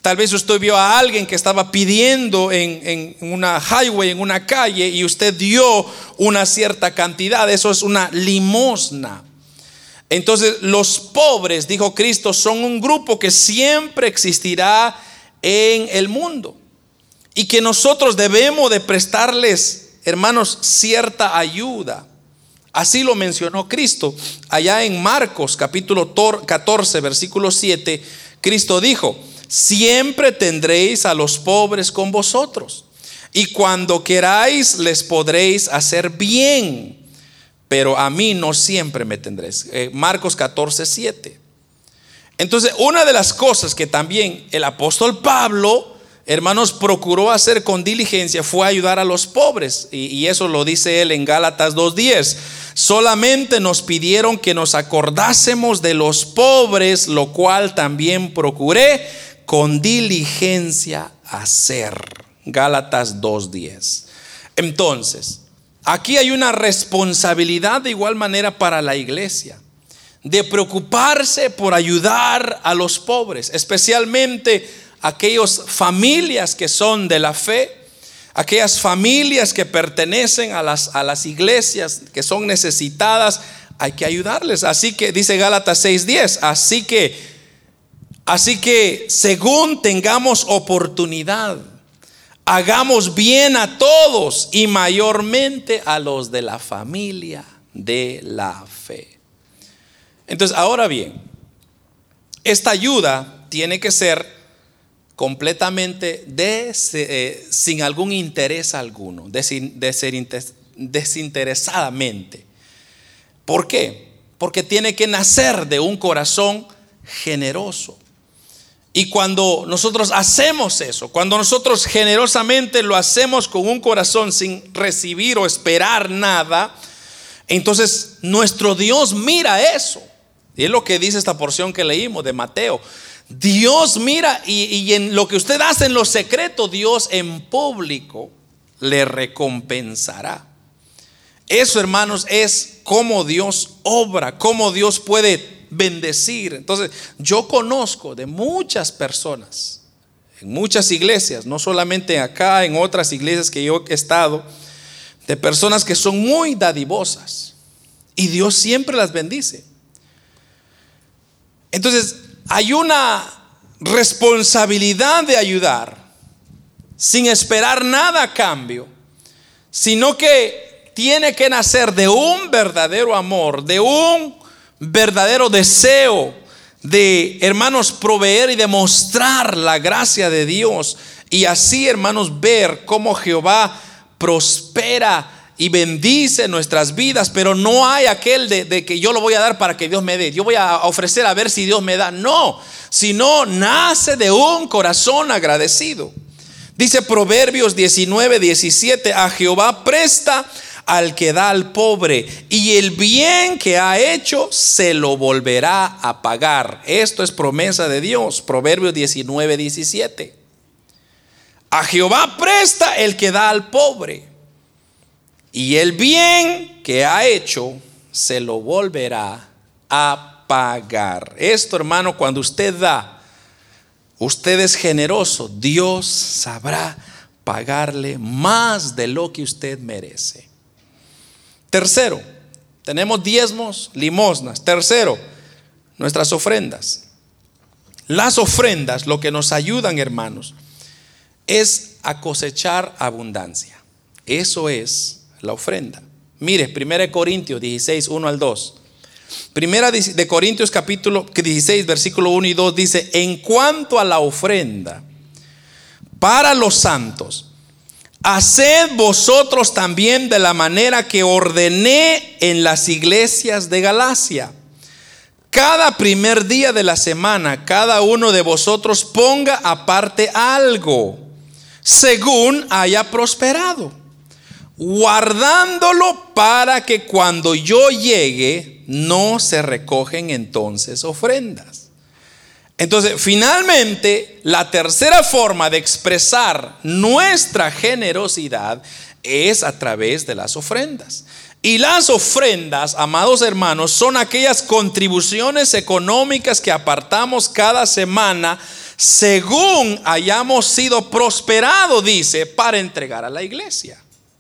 Tal vez usted vio a alguien que estaba pidiendo en, en una highway, en una calle, y usted dio una cierta cantidad. Eso es una limosna. Entonces, los pobres, dijo Cristo, son un grupo que siempre existirá en el mundo y que nosotros debemos de prestarles, hermanos, cierta ayuda. Así lo mencionó Cristo allá en Marcos capítulo catorce versículo siete. Cristo dijo: siempre tendréis a los pobres con vosotros, y cuando queráis les podréis hacer bien, pero a mí no siempre me tendréis. eh, Marcos catorce siete. Entonces, una de las cosas que también el apóstol Pablo, hermanos, procuró hacer con diligencia fue ayudar a los pobres, y, y eso lo dice él en Gálatas dos diez. Solamente nos pidieron que nos acordásemos de los pobres, lo cual también procuré con diligencia hacer. Gálatas dos diez. Entonces, aquí hay una responsabilidad de igual manera para la iglesia, de preocuparse por ayudar a los pobres, especialmente aquellas familias que son de la fe, aquellas familias que pertenecen a las, a las iglesias que son necesitadas. Hay que ayudarles. Así que dice Gálatas seis diez, así que así que según tengamos oportunidad, hagamos bien a todos, y mayormente a los de la familia de la fe. Entonces, ahora bien, esta ayuda tiene que ser completamente des, eh, sin algún interés alguno, desin, desinter, desinteresadamente. ¿Por qué? Porque tiene que nacer de un corazón generoso. Y cuando nosotros hacemos eso, cuando nosotros generosamente lo hacemos con un corazón sin recibir o esperar nada, entonces nuestro Dios mira eso. Y es lo que dice esta porción que leímos de Mateo. Dios mira, y, y en lo que usted hace en lo secreto, Dios en público le recompensará. Eso, hermanos, es cómo Dios obra, cómo Dios puede bendecir. Entonces, yo conozco de muchas personas, en muchas iglesias, no solamente acá, en otras iglesias que yo he estado, de personas que son muy dadivosas, y Dios siempre las bendice. Entonces, hay una responsabilidad de ayudar sin esperar nada a cambio, sino que tiene que nacer de un verdadero amor, de un verdadero deseo de, hermanos, proveer y demostrar la gracia de Dios, y así, hermanos, ver cómo Jehová prospera y bendice nuestras vidas. Pero no hay aquel de, de que yo lo voy a dar para que Dios me dé, yo voy a ofrecer a ver si Dios me da. No, sino nace de un corazón agradecido. Dice Proverbios diecinueve diecisiete: a Jehová presta al que da al pobre, y el bien que ha hecho se lo volverá a pagar. Esto es promesa de Dios. Proverbios diecinueve diecisiete. A Jehová presta el que da al pobre, y el bien que ha hecho se lo volverá a pagar. Esto, hermano, cuando usted da, usted es generoso, Dios sabrá pagarle más de lo que usted merece. Tercero, tenemos diezmos, limosnas. Tercero, nuestras ofrendas. Las ofrendas, lo que nos ayudan, hermanos, es a cosechar abundancia. Eso es la ofrenda. Mire, primera Corintios dieciséis, uno al dos. Primera de Corintios capítulo dieciséis, versículo uno y dos dice: en cuanto a la ofrenda para los santos, haced vosotros también de la manera que ordené en las iglesias de Galacia. Cada primer día de la semana, cada uno de vosotros ponga aparte algo, según haya prosperado, guardándolo para que cuando yo llegue no se recogen entonces ofrendas. Entonces, finalmente, la tercera forma de expresar nuestra generosidad es a través de las ofrendas. Y las ofrendas, amados hermanos, son aquellas contribuciones económicas que apartamos cada semana según hayamos sido prosperados, dice, para entregar a la iglesia.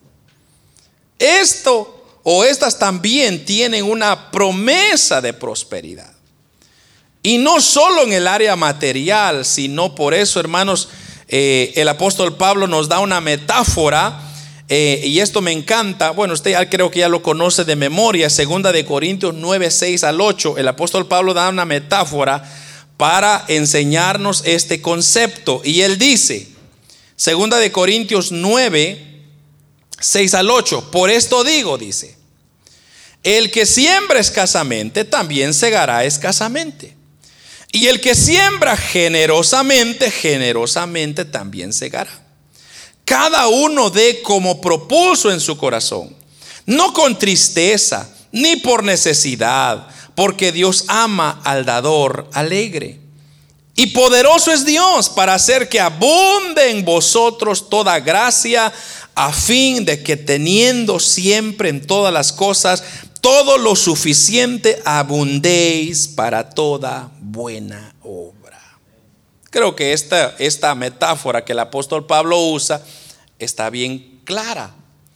Esto o estas también tienen una promesa de prosperidad. Y no solo en el área material, sino por eso, hermanos, eh, el apóstol Pablo nos da una metáfora. Eh, y esto me encanta. Bueno, usted ya creo que ya lo conoce de memoria. Segunda de Corintios nueve, seis al ocho. El apóstol Pablo da una metáfora para enseñarnos este concepto. Y él dice, segunda de Corintios nueve, seis al ocho. Por esto digo, dice, el que siembra escasamente también segará escasamente. Y el que siembra generosamente, generosamente también segará. Cada uno dé como propuso en su corazón, no con tristeza ni por necesidad, porque Dios ama al dador alegre. Y poderoso es Dios para hacer que abunde en vosotros toda gracia, a fin de que teniendo siempre en todas las cosas todo lo suficiente, abundéis para toda buena obra. Creo que esta, esta metáfora que el apóstol Pablo usa está bien clara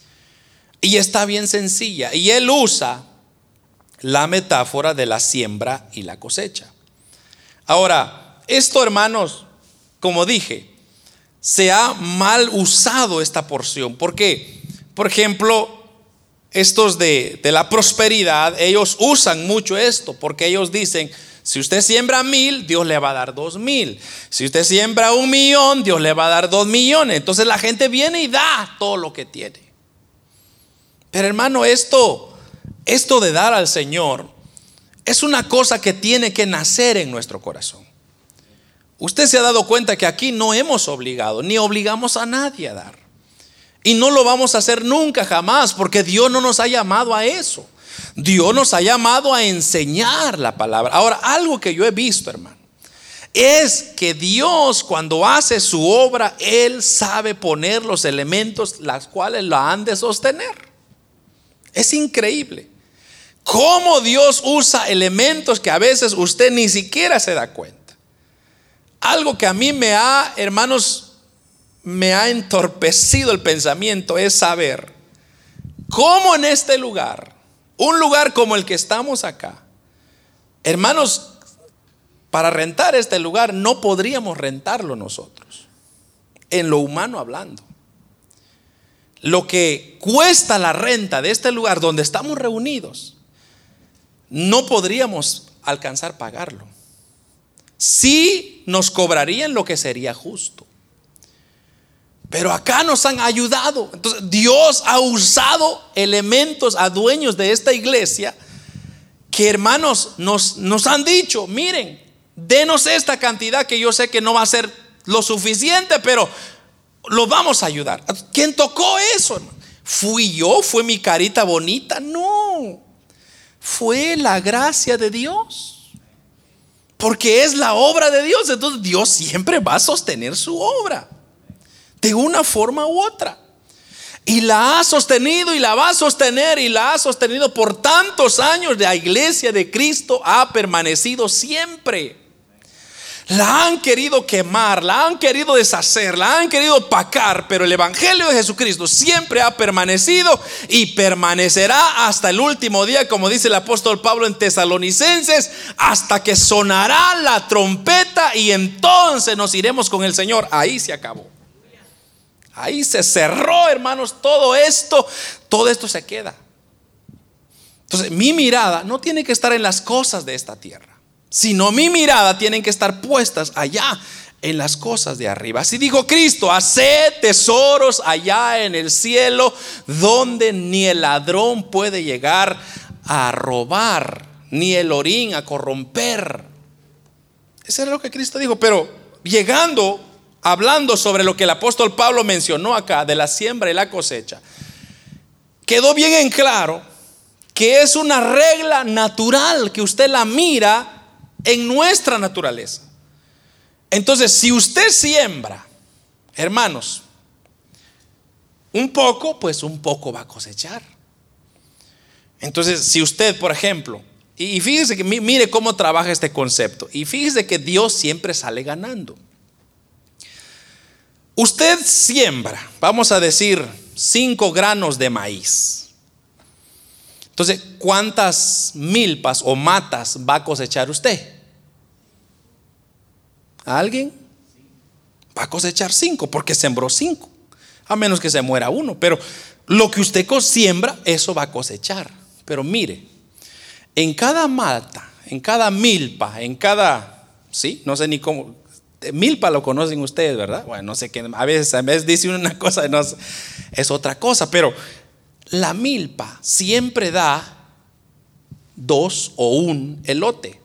y está bien sencilla. Y él usa la metáfora de la siembra y la cosecha. Ahora, esto, hermanos, como dije, se ha mal usado esta porción. ¿Por qué? Por ejemplo, estos de, de la prosperidad, ellos usan mucho esto, porque ellos dicen, si usted siembra mil, Dios le va a dar dos mil. Si usted siembra un millón, Dios le va a dar dos millones. Entonces la gente viene y da todo lo que tiene. Pero hermano, esto, esto de dar al Señor es una cosa que tiene que nacer en nuestro corazón. Usted se ha dado cuenta que aquí no hemos obligado, ni obligamos a nadie a dar. Y no lo vamos a hacer nunca, jamás, porque Dios no nos ha llamado a eso. Dios nos ha llamado a enseñar la palabra. Ahora, algo que yo he visto, hermano, es que Dios, cuando hace su obra, Él sabe poner los elementos las cuales la han de sostener. Es increíble cómo Dios usa elementos que a veces usted ni siquiera se da cuenta. Algo que a mí me ha, hermanos, me ha entorpecido el pensamiento es saber cómo en este lugar, un lugar como el que estamos acá, hermanos, para rentar este lugar no podríamos rentarlo nosotros, en lo humano hablando. Lo que cuesta la renta de este lugar donde estamos reunidos, no podríamos alcanzar a pagarlo. Sí nos cobrarían lo que sería justo. Pero acá nos han ayudado. Entonces Dios ha usado elementos a dueños de esta iglesia que, hermanos, nos, nos han dicho, miren, denos esta cantidad que yo sé que no va a ser lo suficiente, pero lo vamos a ayudar. ¿Quién tocó eso, hermano? ¿Fui yo? ¿Fue mi carita bonita? No, fue la gracia de Dios, porque es la obra de Dios. Entonces Dios siempre va a sostener su obra de una forma u otra, y la ha sostenido y la va a sostener, y la ha sostenido por tantos años. La iglesia de Cristo ha permanecido siempre. La han querido quemar, la han querido deshacer, la han querido opacar, pero el evangelio de Jesucristo siempre ha permanecido y permanecerá hasta el último día, como dice el apóstol Pablo en Tesalonicenses, hasta que sonará la trompeta y entonces nos iremos con el Señor. Ahí se acabó. Ahí se cerró, hermanos, todo esto, todo esto se queda. Entonces, mi mirada no tiene que estar en las cosas de esta tierra, sino mi mirada tienen que estar puestas allá en las cosas de arriba. Así dijo Cristo: haced tesoros allá en el cielo, donde ni el ladrón puede llegar a robar, ni el orín a corromper. Eso era lo que Cristo dijo. Pero llegando, hablando sobre lo que el apóstol Pablo mencionó acá, de la siembra y la cosecha, quedó bien en claro que es una regla natural que usted la mira en nuestra naturaleza. Entonces, si usted siembra, hermanos, un poco, pues un poco va a cosechar. Entonces, si usted, por ejemplo, y fíjese que mire cómo trabaja este concepto, y fíjese que Dios siempre sale ganando. Usted siembra, vamos a decir, cinco granos de maíz. Entonces, ¿cuántas milpas o matas va a cosechar usted? ¿Alguien? Va a cosechar cinco, porque sembró cinco, a menos que se muera uno. Pero lo que usted siembra, eso va a cosechar. Pero mire, en cada mata, en cada milpa, en cada, sí, no sé ni cómo, milpa lo conocen ustedes, ¿verdad? Bueno, no sé qué, a veces, a veces dice una cosa, no, es otra cosa, pero la milpa siempre da dos o un elote.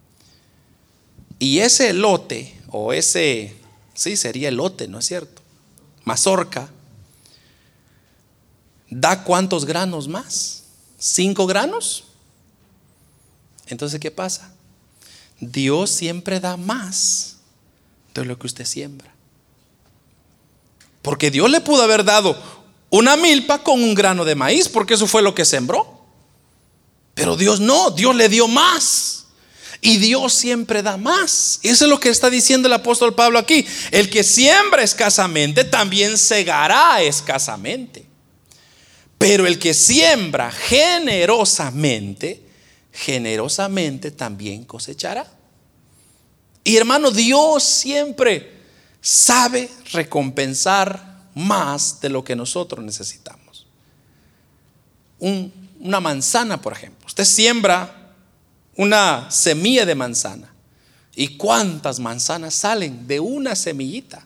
Y ese elote, o ese, sí, sería elote, ¿no es cierto? Mazorca, ¿da cuántos granos más? ¿Cinco granos? Entonces, ¿qué pasa? Dios siempre da más de lo que usted siembra. Porque Dios le pudo haber dado una milpa con un grano de maíz, porque eso fue lo que sembró. Pero Dios no, Dios le dio más. Y Dios siempre da más. Eso es lo que está diciendo el apóstol Pablo aquí. El que siembra escasamente también segará escasamente. Pero el que siembra generosamente, generosamente también cosechará. Y hermano, Dios siempre sabe recompensar más de lo que nosotros necesitamos. Un, una manzana, por ejemplo. Usted siembra una semilla de manzana. ¿Y cuántas manzanas salen de una semillita?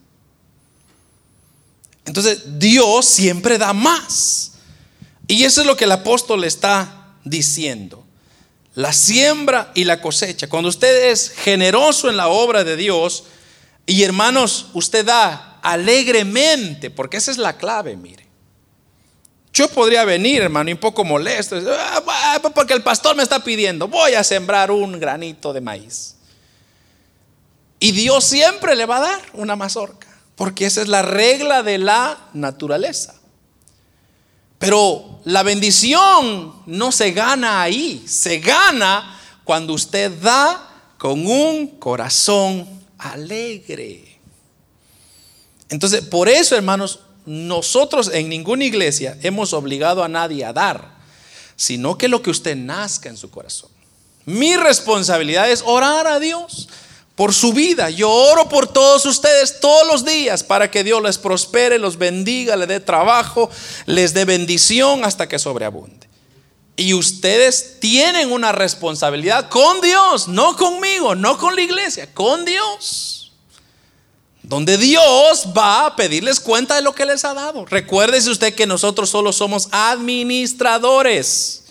Entonces Dios siempre da más. Y eso es lo que el apóstol está diciendo. La siembra y la cosecha. Cuando usted es generoso en la obra de Dios, y hermanos, usted da alegremente, porque esa es la clave, mire. Yo podría venir, hermano, un poco molesto, porque el pastor me está pidiendo, voy a sembrar un granito de maíz. Y Dios siempre le va a dar una mazorca, porque esa es la regla de la naturaleza. Pero la bendición no se gana ahí, se gana cuando usted da con un corazón alegre. Entonces, por eso, hermanos, nosotros en ninguna iglesia hemos obligado a nadie a dar, sino que lo que usted nazca en su corazón. Mi responsabilidad es orar a Dios por su vida. Yo oro por todos ustedes todos los días para que Dios les prospere, los bendiga, les dé trabajo, les dé bendición hasta que sobreabunde. Y ustedes tienen una responsabilidad con Dios, no conmigo, no con la iglesia, con Dios, donde Dios va a pedirles cuenta de lo que les ha dado. Recuérdese usted que nosotros solo somos administradores.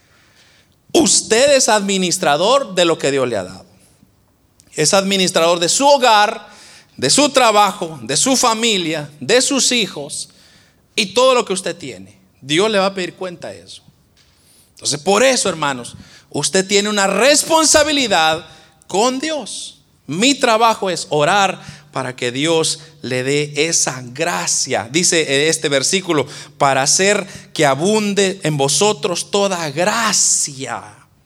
Usted es administrador de lo que Dios le ha dado. Es administrador de su hogar, de su trabajo, de su familia, de sus hijos y todo lo que usted tiene. Dios le va a pedir cuenta de eso. Entonces, por eso, hermanos, usted tiene una responsabilidad con Dios. Mi trabajo es orar para que Dios le dé esa gracia. Dice este versículo, para hacer que abunde en vosotros toda gracia,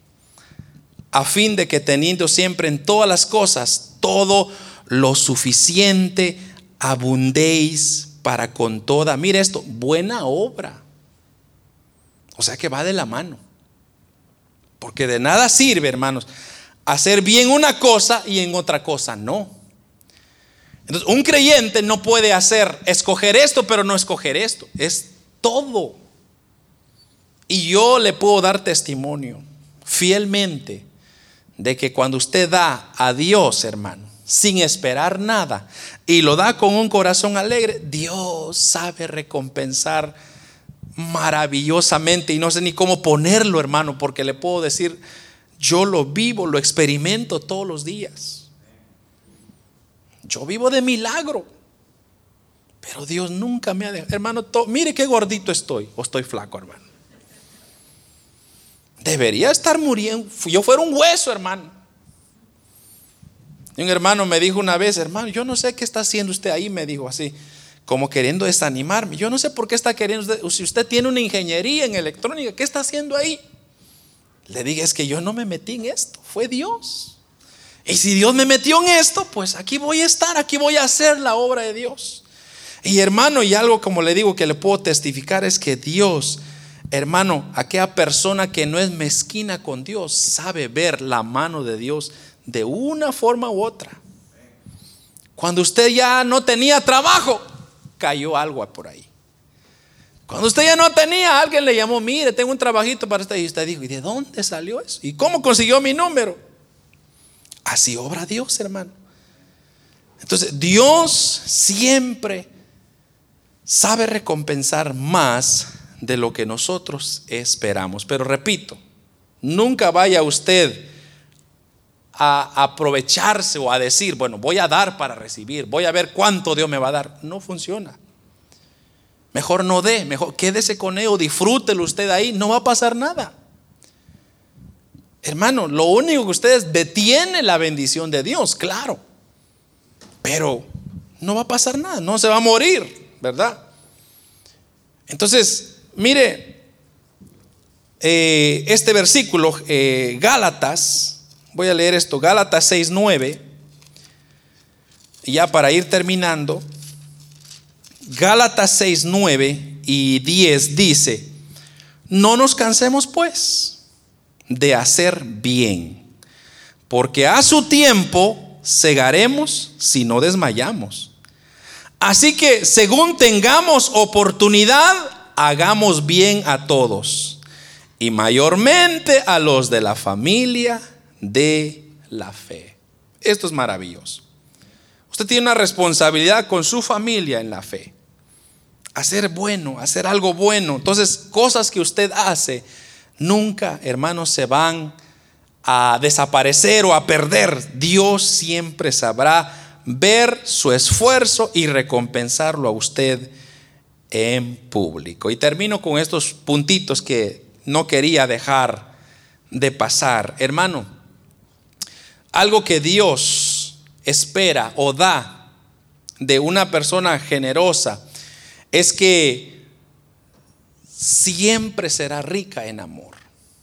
a fin de que teniendo siempre en todas las cosas todo lo suficiente, abundéis para con toda, mire esto, buena obra. O sea que va de la mano. Porque de nada sirve, hermanos, hacer bien una cosa y en otra cosa no. Entonces, un creyente no puede hacer, escoger esto, pero no escoger esto. Es todo. Y yo le puedo dar testimonio fielmente de que cuando usted da a Dios, hermano, sin esperar nada, y lo da con un corazón alegre, Dios sabe recompensar maravillosamente. Y no sé ni cómo ponerlo, hermano, porque le puedo decir, yo lo vivo, lo experimento todos los días. Yo vivo de milagro, pero Dios nunca me ha dejado, hermano, to, mire qué gordito estoy, o estoy flaco, hermano. Debería estar muriendo, yo fuera un hueso, hermano. Y un hermano me dijo una vez, hermano, yo no sé qué está haciendo usted ahí, me dijo así, como queriendo desanimarme. Yo no sé por qué está queriendo, si usted tiene una ingeniería en electrónica, ¿qué está haciendo ahí? Le dije, es que yo no me metí en esto, fue Dios. Y si Dios me metió en esto, pues aquí voy a estar, aquí voy a hacer la obra de Dios. Y hermano, y algo como le digo que le puedo testificar es que Dios, hermano, aquella persona que no es mezquina con Dios sabe ver la mano de Dios de una forma u otra. Cuando usted ya no tenía trabajo, cayó algo por ahí. Cuando usted ya no tenía, alguien le llamó, mire, tengo un trabajito para usted. Y usted dijo, ¿y de dónde salió eso? ¿Y cómo consiguió mi número? Así obra Dios, hermano. Entonces Dios siempre sabe recompensar más de lo que nosotros esperamos. Pero repito, nunca vaya usted a aprovecharse o a decir, bueno, voy a dar para recibir, voy a ver cuánto Dios me va a dar. No funciona. Mejor no dé, mejor quédese con él, disfrútelo usted ahí, no va a pasar nada. Hermano, lo único que ustedes detiene la bendición de Dios, claro, pero no va a pasar nada, no se va a morir, ¿verdad? Entonces, mire, eh, este versículo, eh, Gálatas, voy a leer esto, Gálatas seis nueve, y ya para ir terminando. Gálatas seis nueve y diez dice: no nos cansemos pues de hacer bien, porque a su tiempo segaremos si no desmayamos. Así que según tengamos oportunidad, hagamos bien a todos, y mayormente a los de la familia de la fe. Esto es maravilloso. Usted tiene una responsabilidad con su familia en la fe. Hacer bueno, hacer algo bueno. Entonces, cosas que usted hace nunca, hermanos, se van a desaparecer o a perder. Dios siempre sabrá ver su esfuerzo y recompensarlo a usted en público. Y termino con estos puntitos que no quería dejar de pasar. Hermano, algo que Dios espera o da de una persona generosa es que siempre será rica en amor.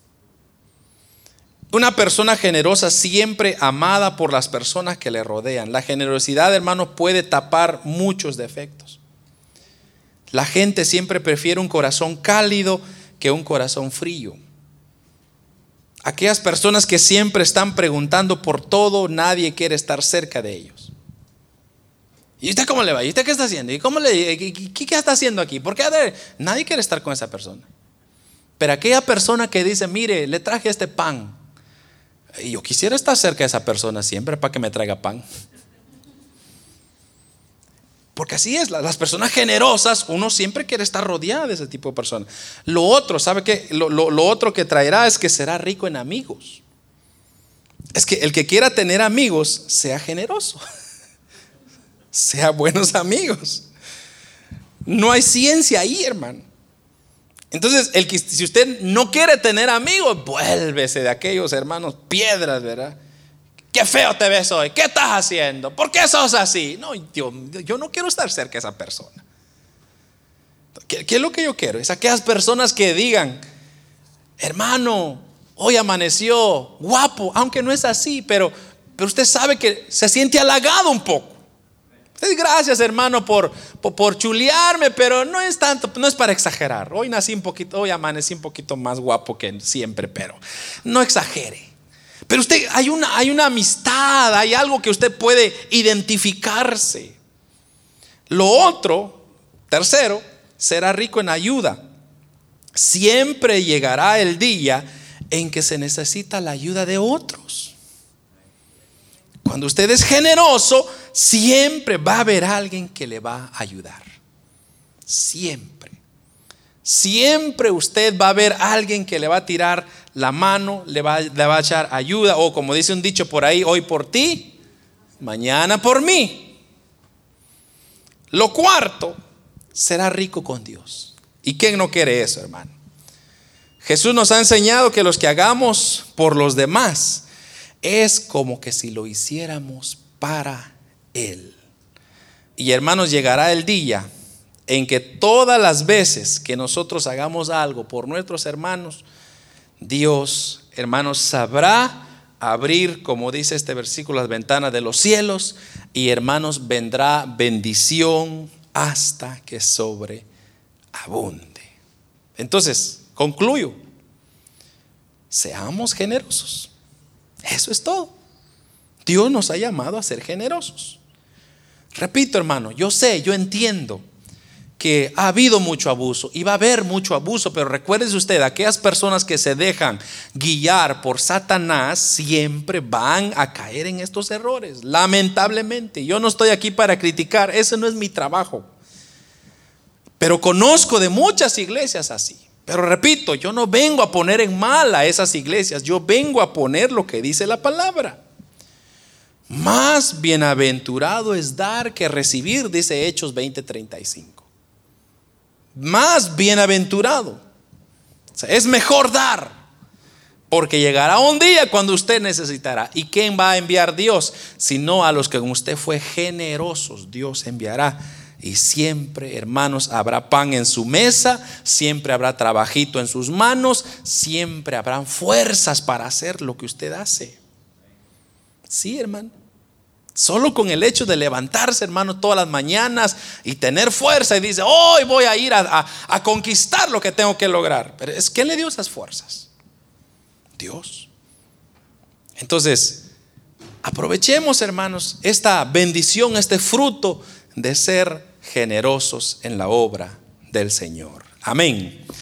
Una persona generosa siempre amada por las personas que le rodean. La generosidad, hermanos, puede tapar muchos defectos. La gente siempre prefiere un corazón cálido que un corazón frío. Aquellas personas que siempre están preguntando por todo, nadie quiere estar cerca de ellos. ¿Y usted cómo le va? ¿Y usted qué está haciendo? ¿Y cómo le, qué, qué, qué está haciendo aquí? ¿Por qué? Nadie quiere estar con esa persona. Pero aquella persona que dice, mire, le traje este pan, y yo quisiera estar cerca de esa persona siempre para que me traiga pan. Porque así es, las personas generosas, uno siempre quiere estar rodeado de ese tipo de personas. Lo otro, ¿sabe qué? Lo, lo, lo otro que traerá es que será rico en amigos. Es que el que quiera tener amigos, sea generoso. Sea buenos amigos. No hay ciencia ahí, hermano. Entonces, el que, si usted no quiere tener amigos, vuélvese de aquellos hermanos piedras, ¿verdad? Qué feo te ves hoy, ¿qué estás haciendo? ¿Por qué sos así? No, yo, yo no quiero estar cerca de esa persona. ¿Qué, qué es lo que yo quiero? Es aquellas personas que digan, hermano, hoy amaneció guapo, aunque no es así, pero, pero usted sabe que se siente halagado un poco. Gracias, hermano, por, por, por chulearme, pero no es tanto, no es para exagerar. Hoy nací un poquito, hoy amanecí un poquito más guapo que siempre, pero no exagere. Pero usted, hay una, hay una amistad, hay algo que usted puede identificarse. Lo otro, tercero, será rico en ayuda. Siempre llegará el día en que se necesita la ayuda de otros. Cuando usted es generoso, siempre va a haber alguien que le va a ayudar. Siempre. Siempre usted va a ver a alguien que le va a tirar la mano, le va, le va a echar ayuda. O como dice un dicho por ahí, hoy por ti, mañana por mí. Lo cuarto, será rico con Dios. ¿Y quién no quiere eso, hermano? Jesús nos ha enseñado que los que hagamos por los demás es como que si lo hiciéramos para Él. Y hermanos, llegará el día en que todas las veces que nosotros hagamos algo por nuestros hermanos, Dios, hermanos, sabrá abrir, como dice este versículo, las ventanas de los cielos, y hermanos, vendrá bendición hasta que sobreabunde. Entonces, concluyo. Seamos generosos. Eso es todo. Dios nos ha llamado a ser generosos. Repito, hermano, yo sé, yo entiendo que ha habido mucho abuso y va a haber mucho abuso, pero recuérdese usted, aquellas personas que se dejan guiar por Satanás siempre van a caer en estos errores, lamentablemente. Yo no estoy aquí para criticar, ese no es mi trabajo, pero conozco de muchas iglesias así. Pero repito, yo no vengo a poner en mal a esas iglesias, yo vengo a poner lo que dice la palabra. Más bienaventurado es dar que recibir, dice Hechos veinte treinta y cinco. Más bienaventurado. O sea, es mejor dar, porque llegará un día cuando usted necesitará. ¿Y quién va a enviar Dios? Sino a los que con usted fue generosos, Dios enviará. Y siempre, hermanos, habrá pan en su mesa, siempre habrá trabajito en sus manos, siempre habrán fuerzas para hacer lo que usted hace. Sí, hermano. Solo con el hecho de levantarse, hermano, todas las mañanas y tener fuerza y dice, hoy voy a ir a, a, a conquistar lo que tengo que lograr. Pero es ¿quién le dio esas fuerzas? Dios. Entonces, aprovechemos, hermanos, esta bendición, este fruto de ser generosos en la obra del Señor. Amén.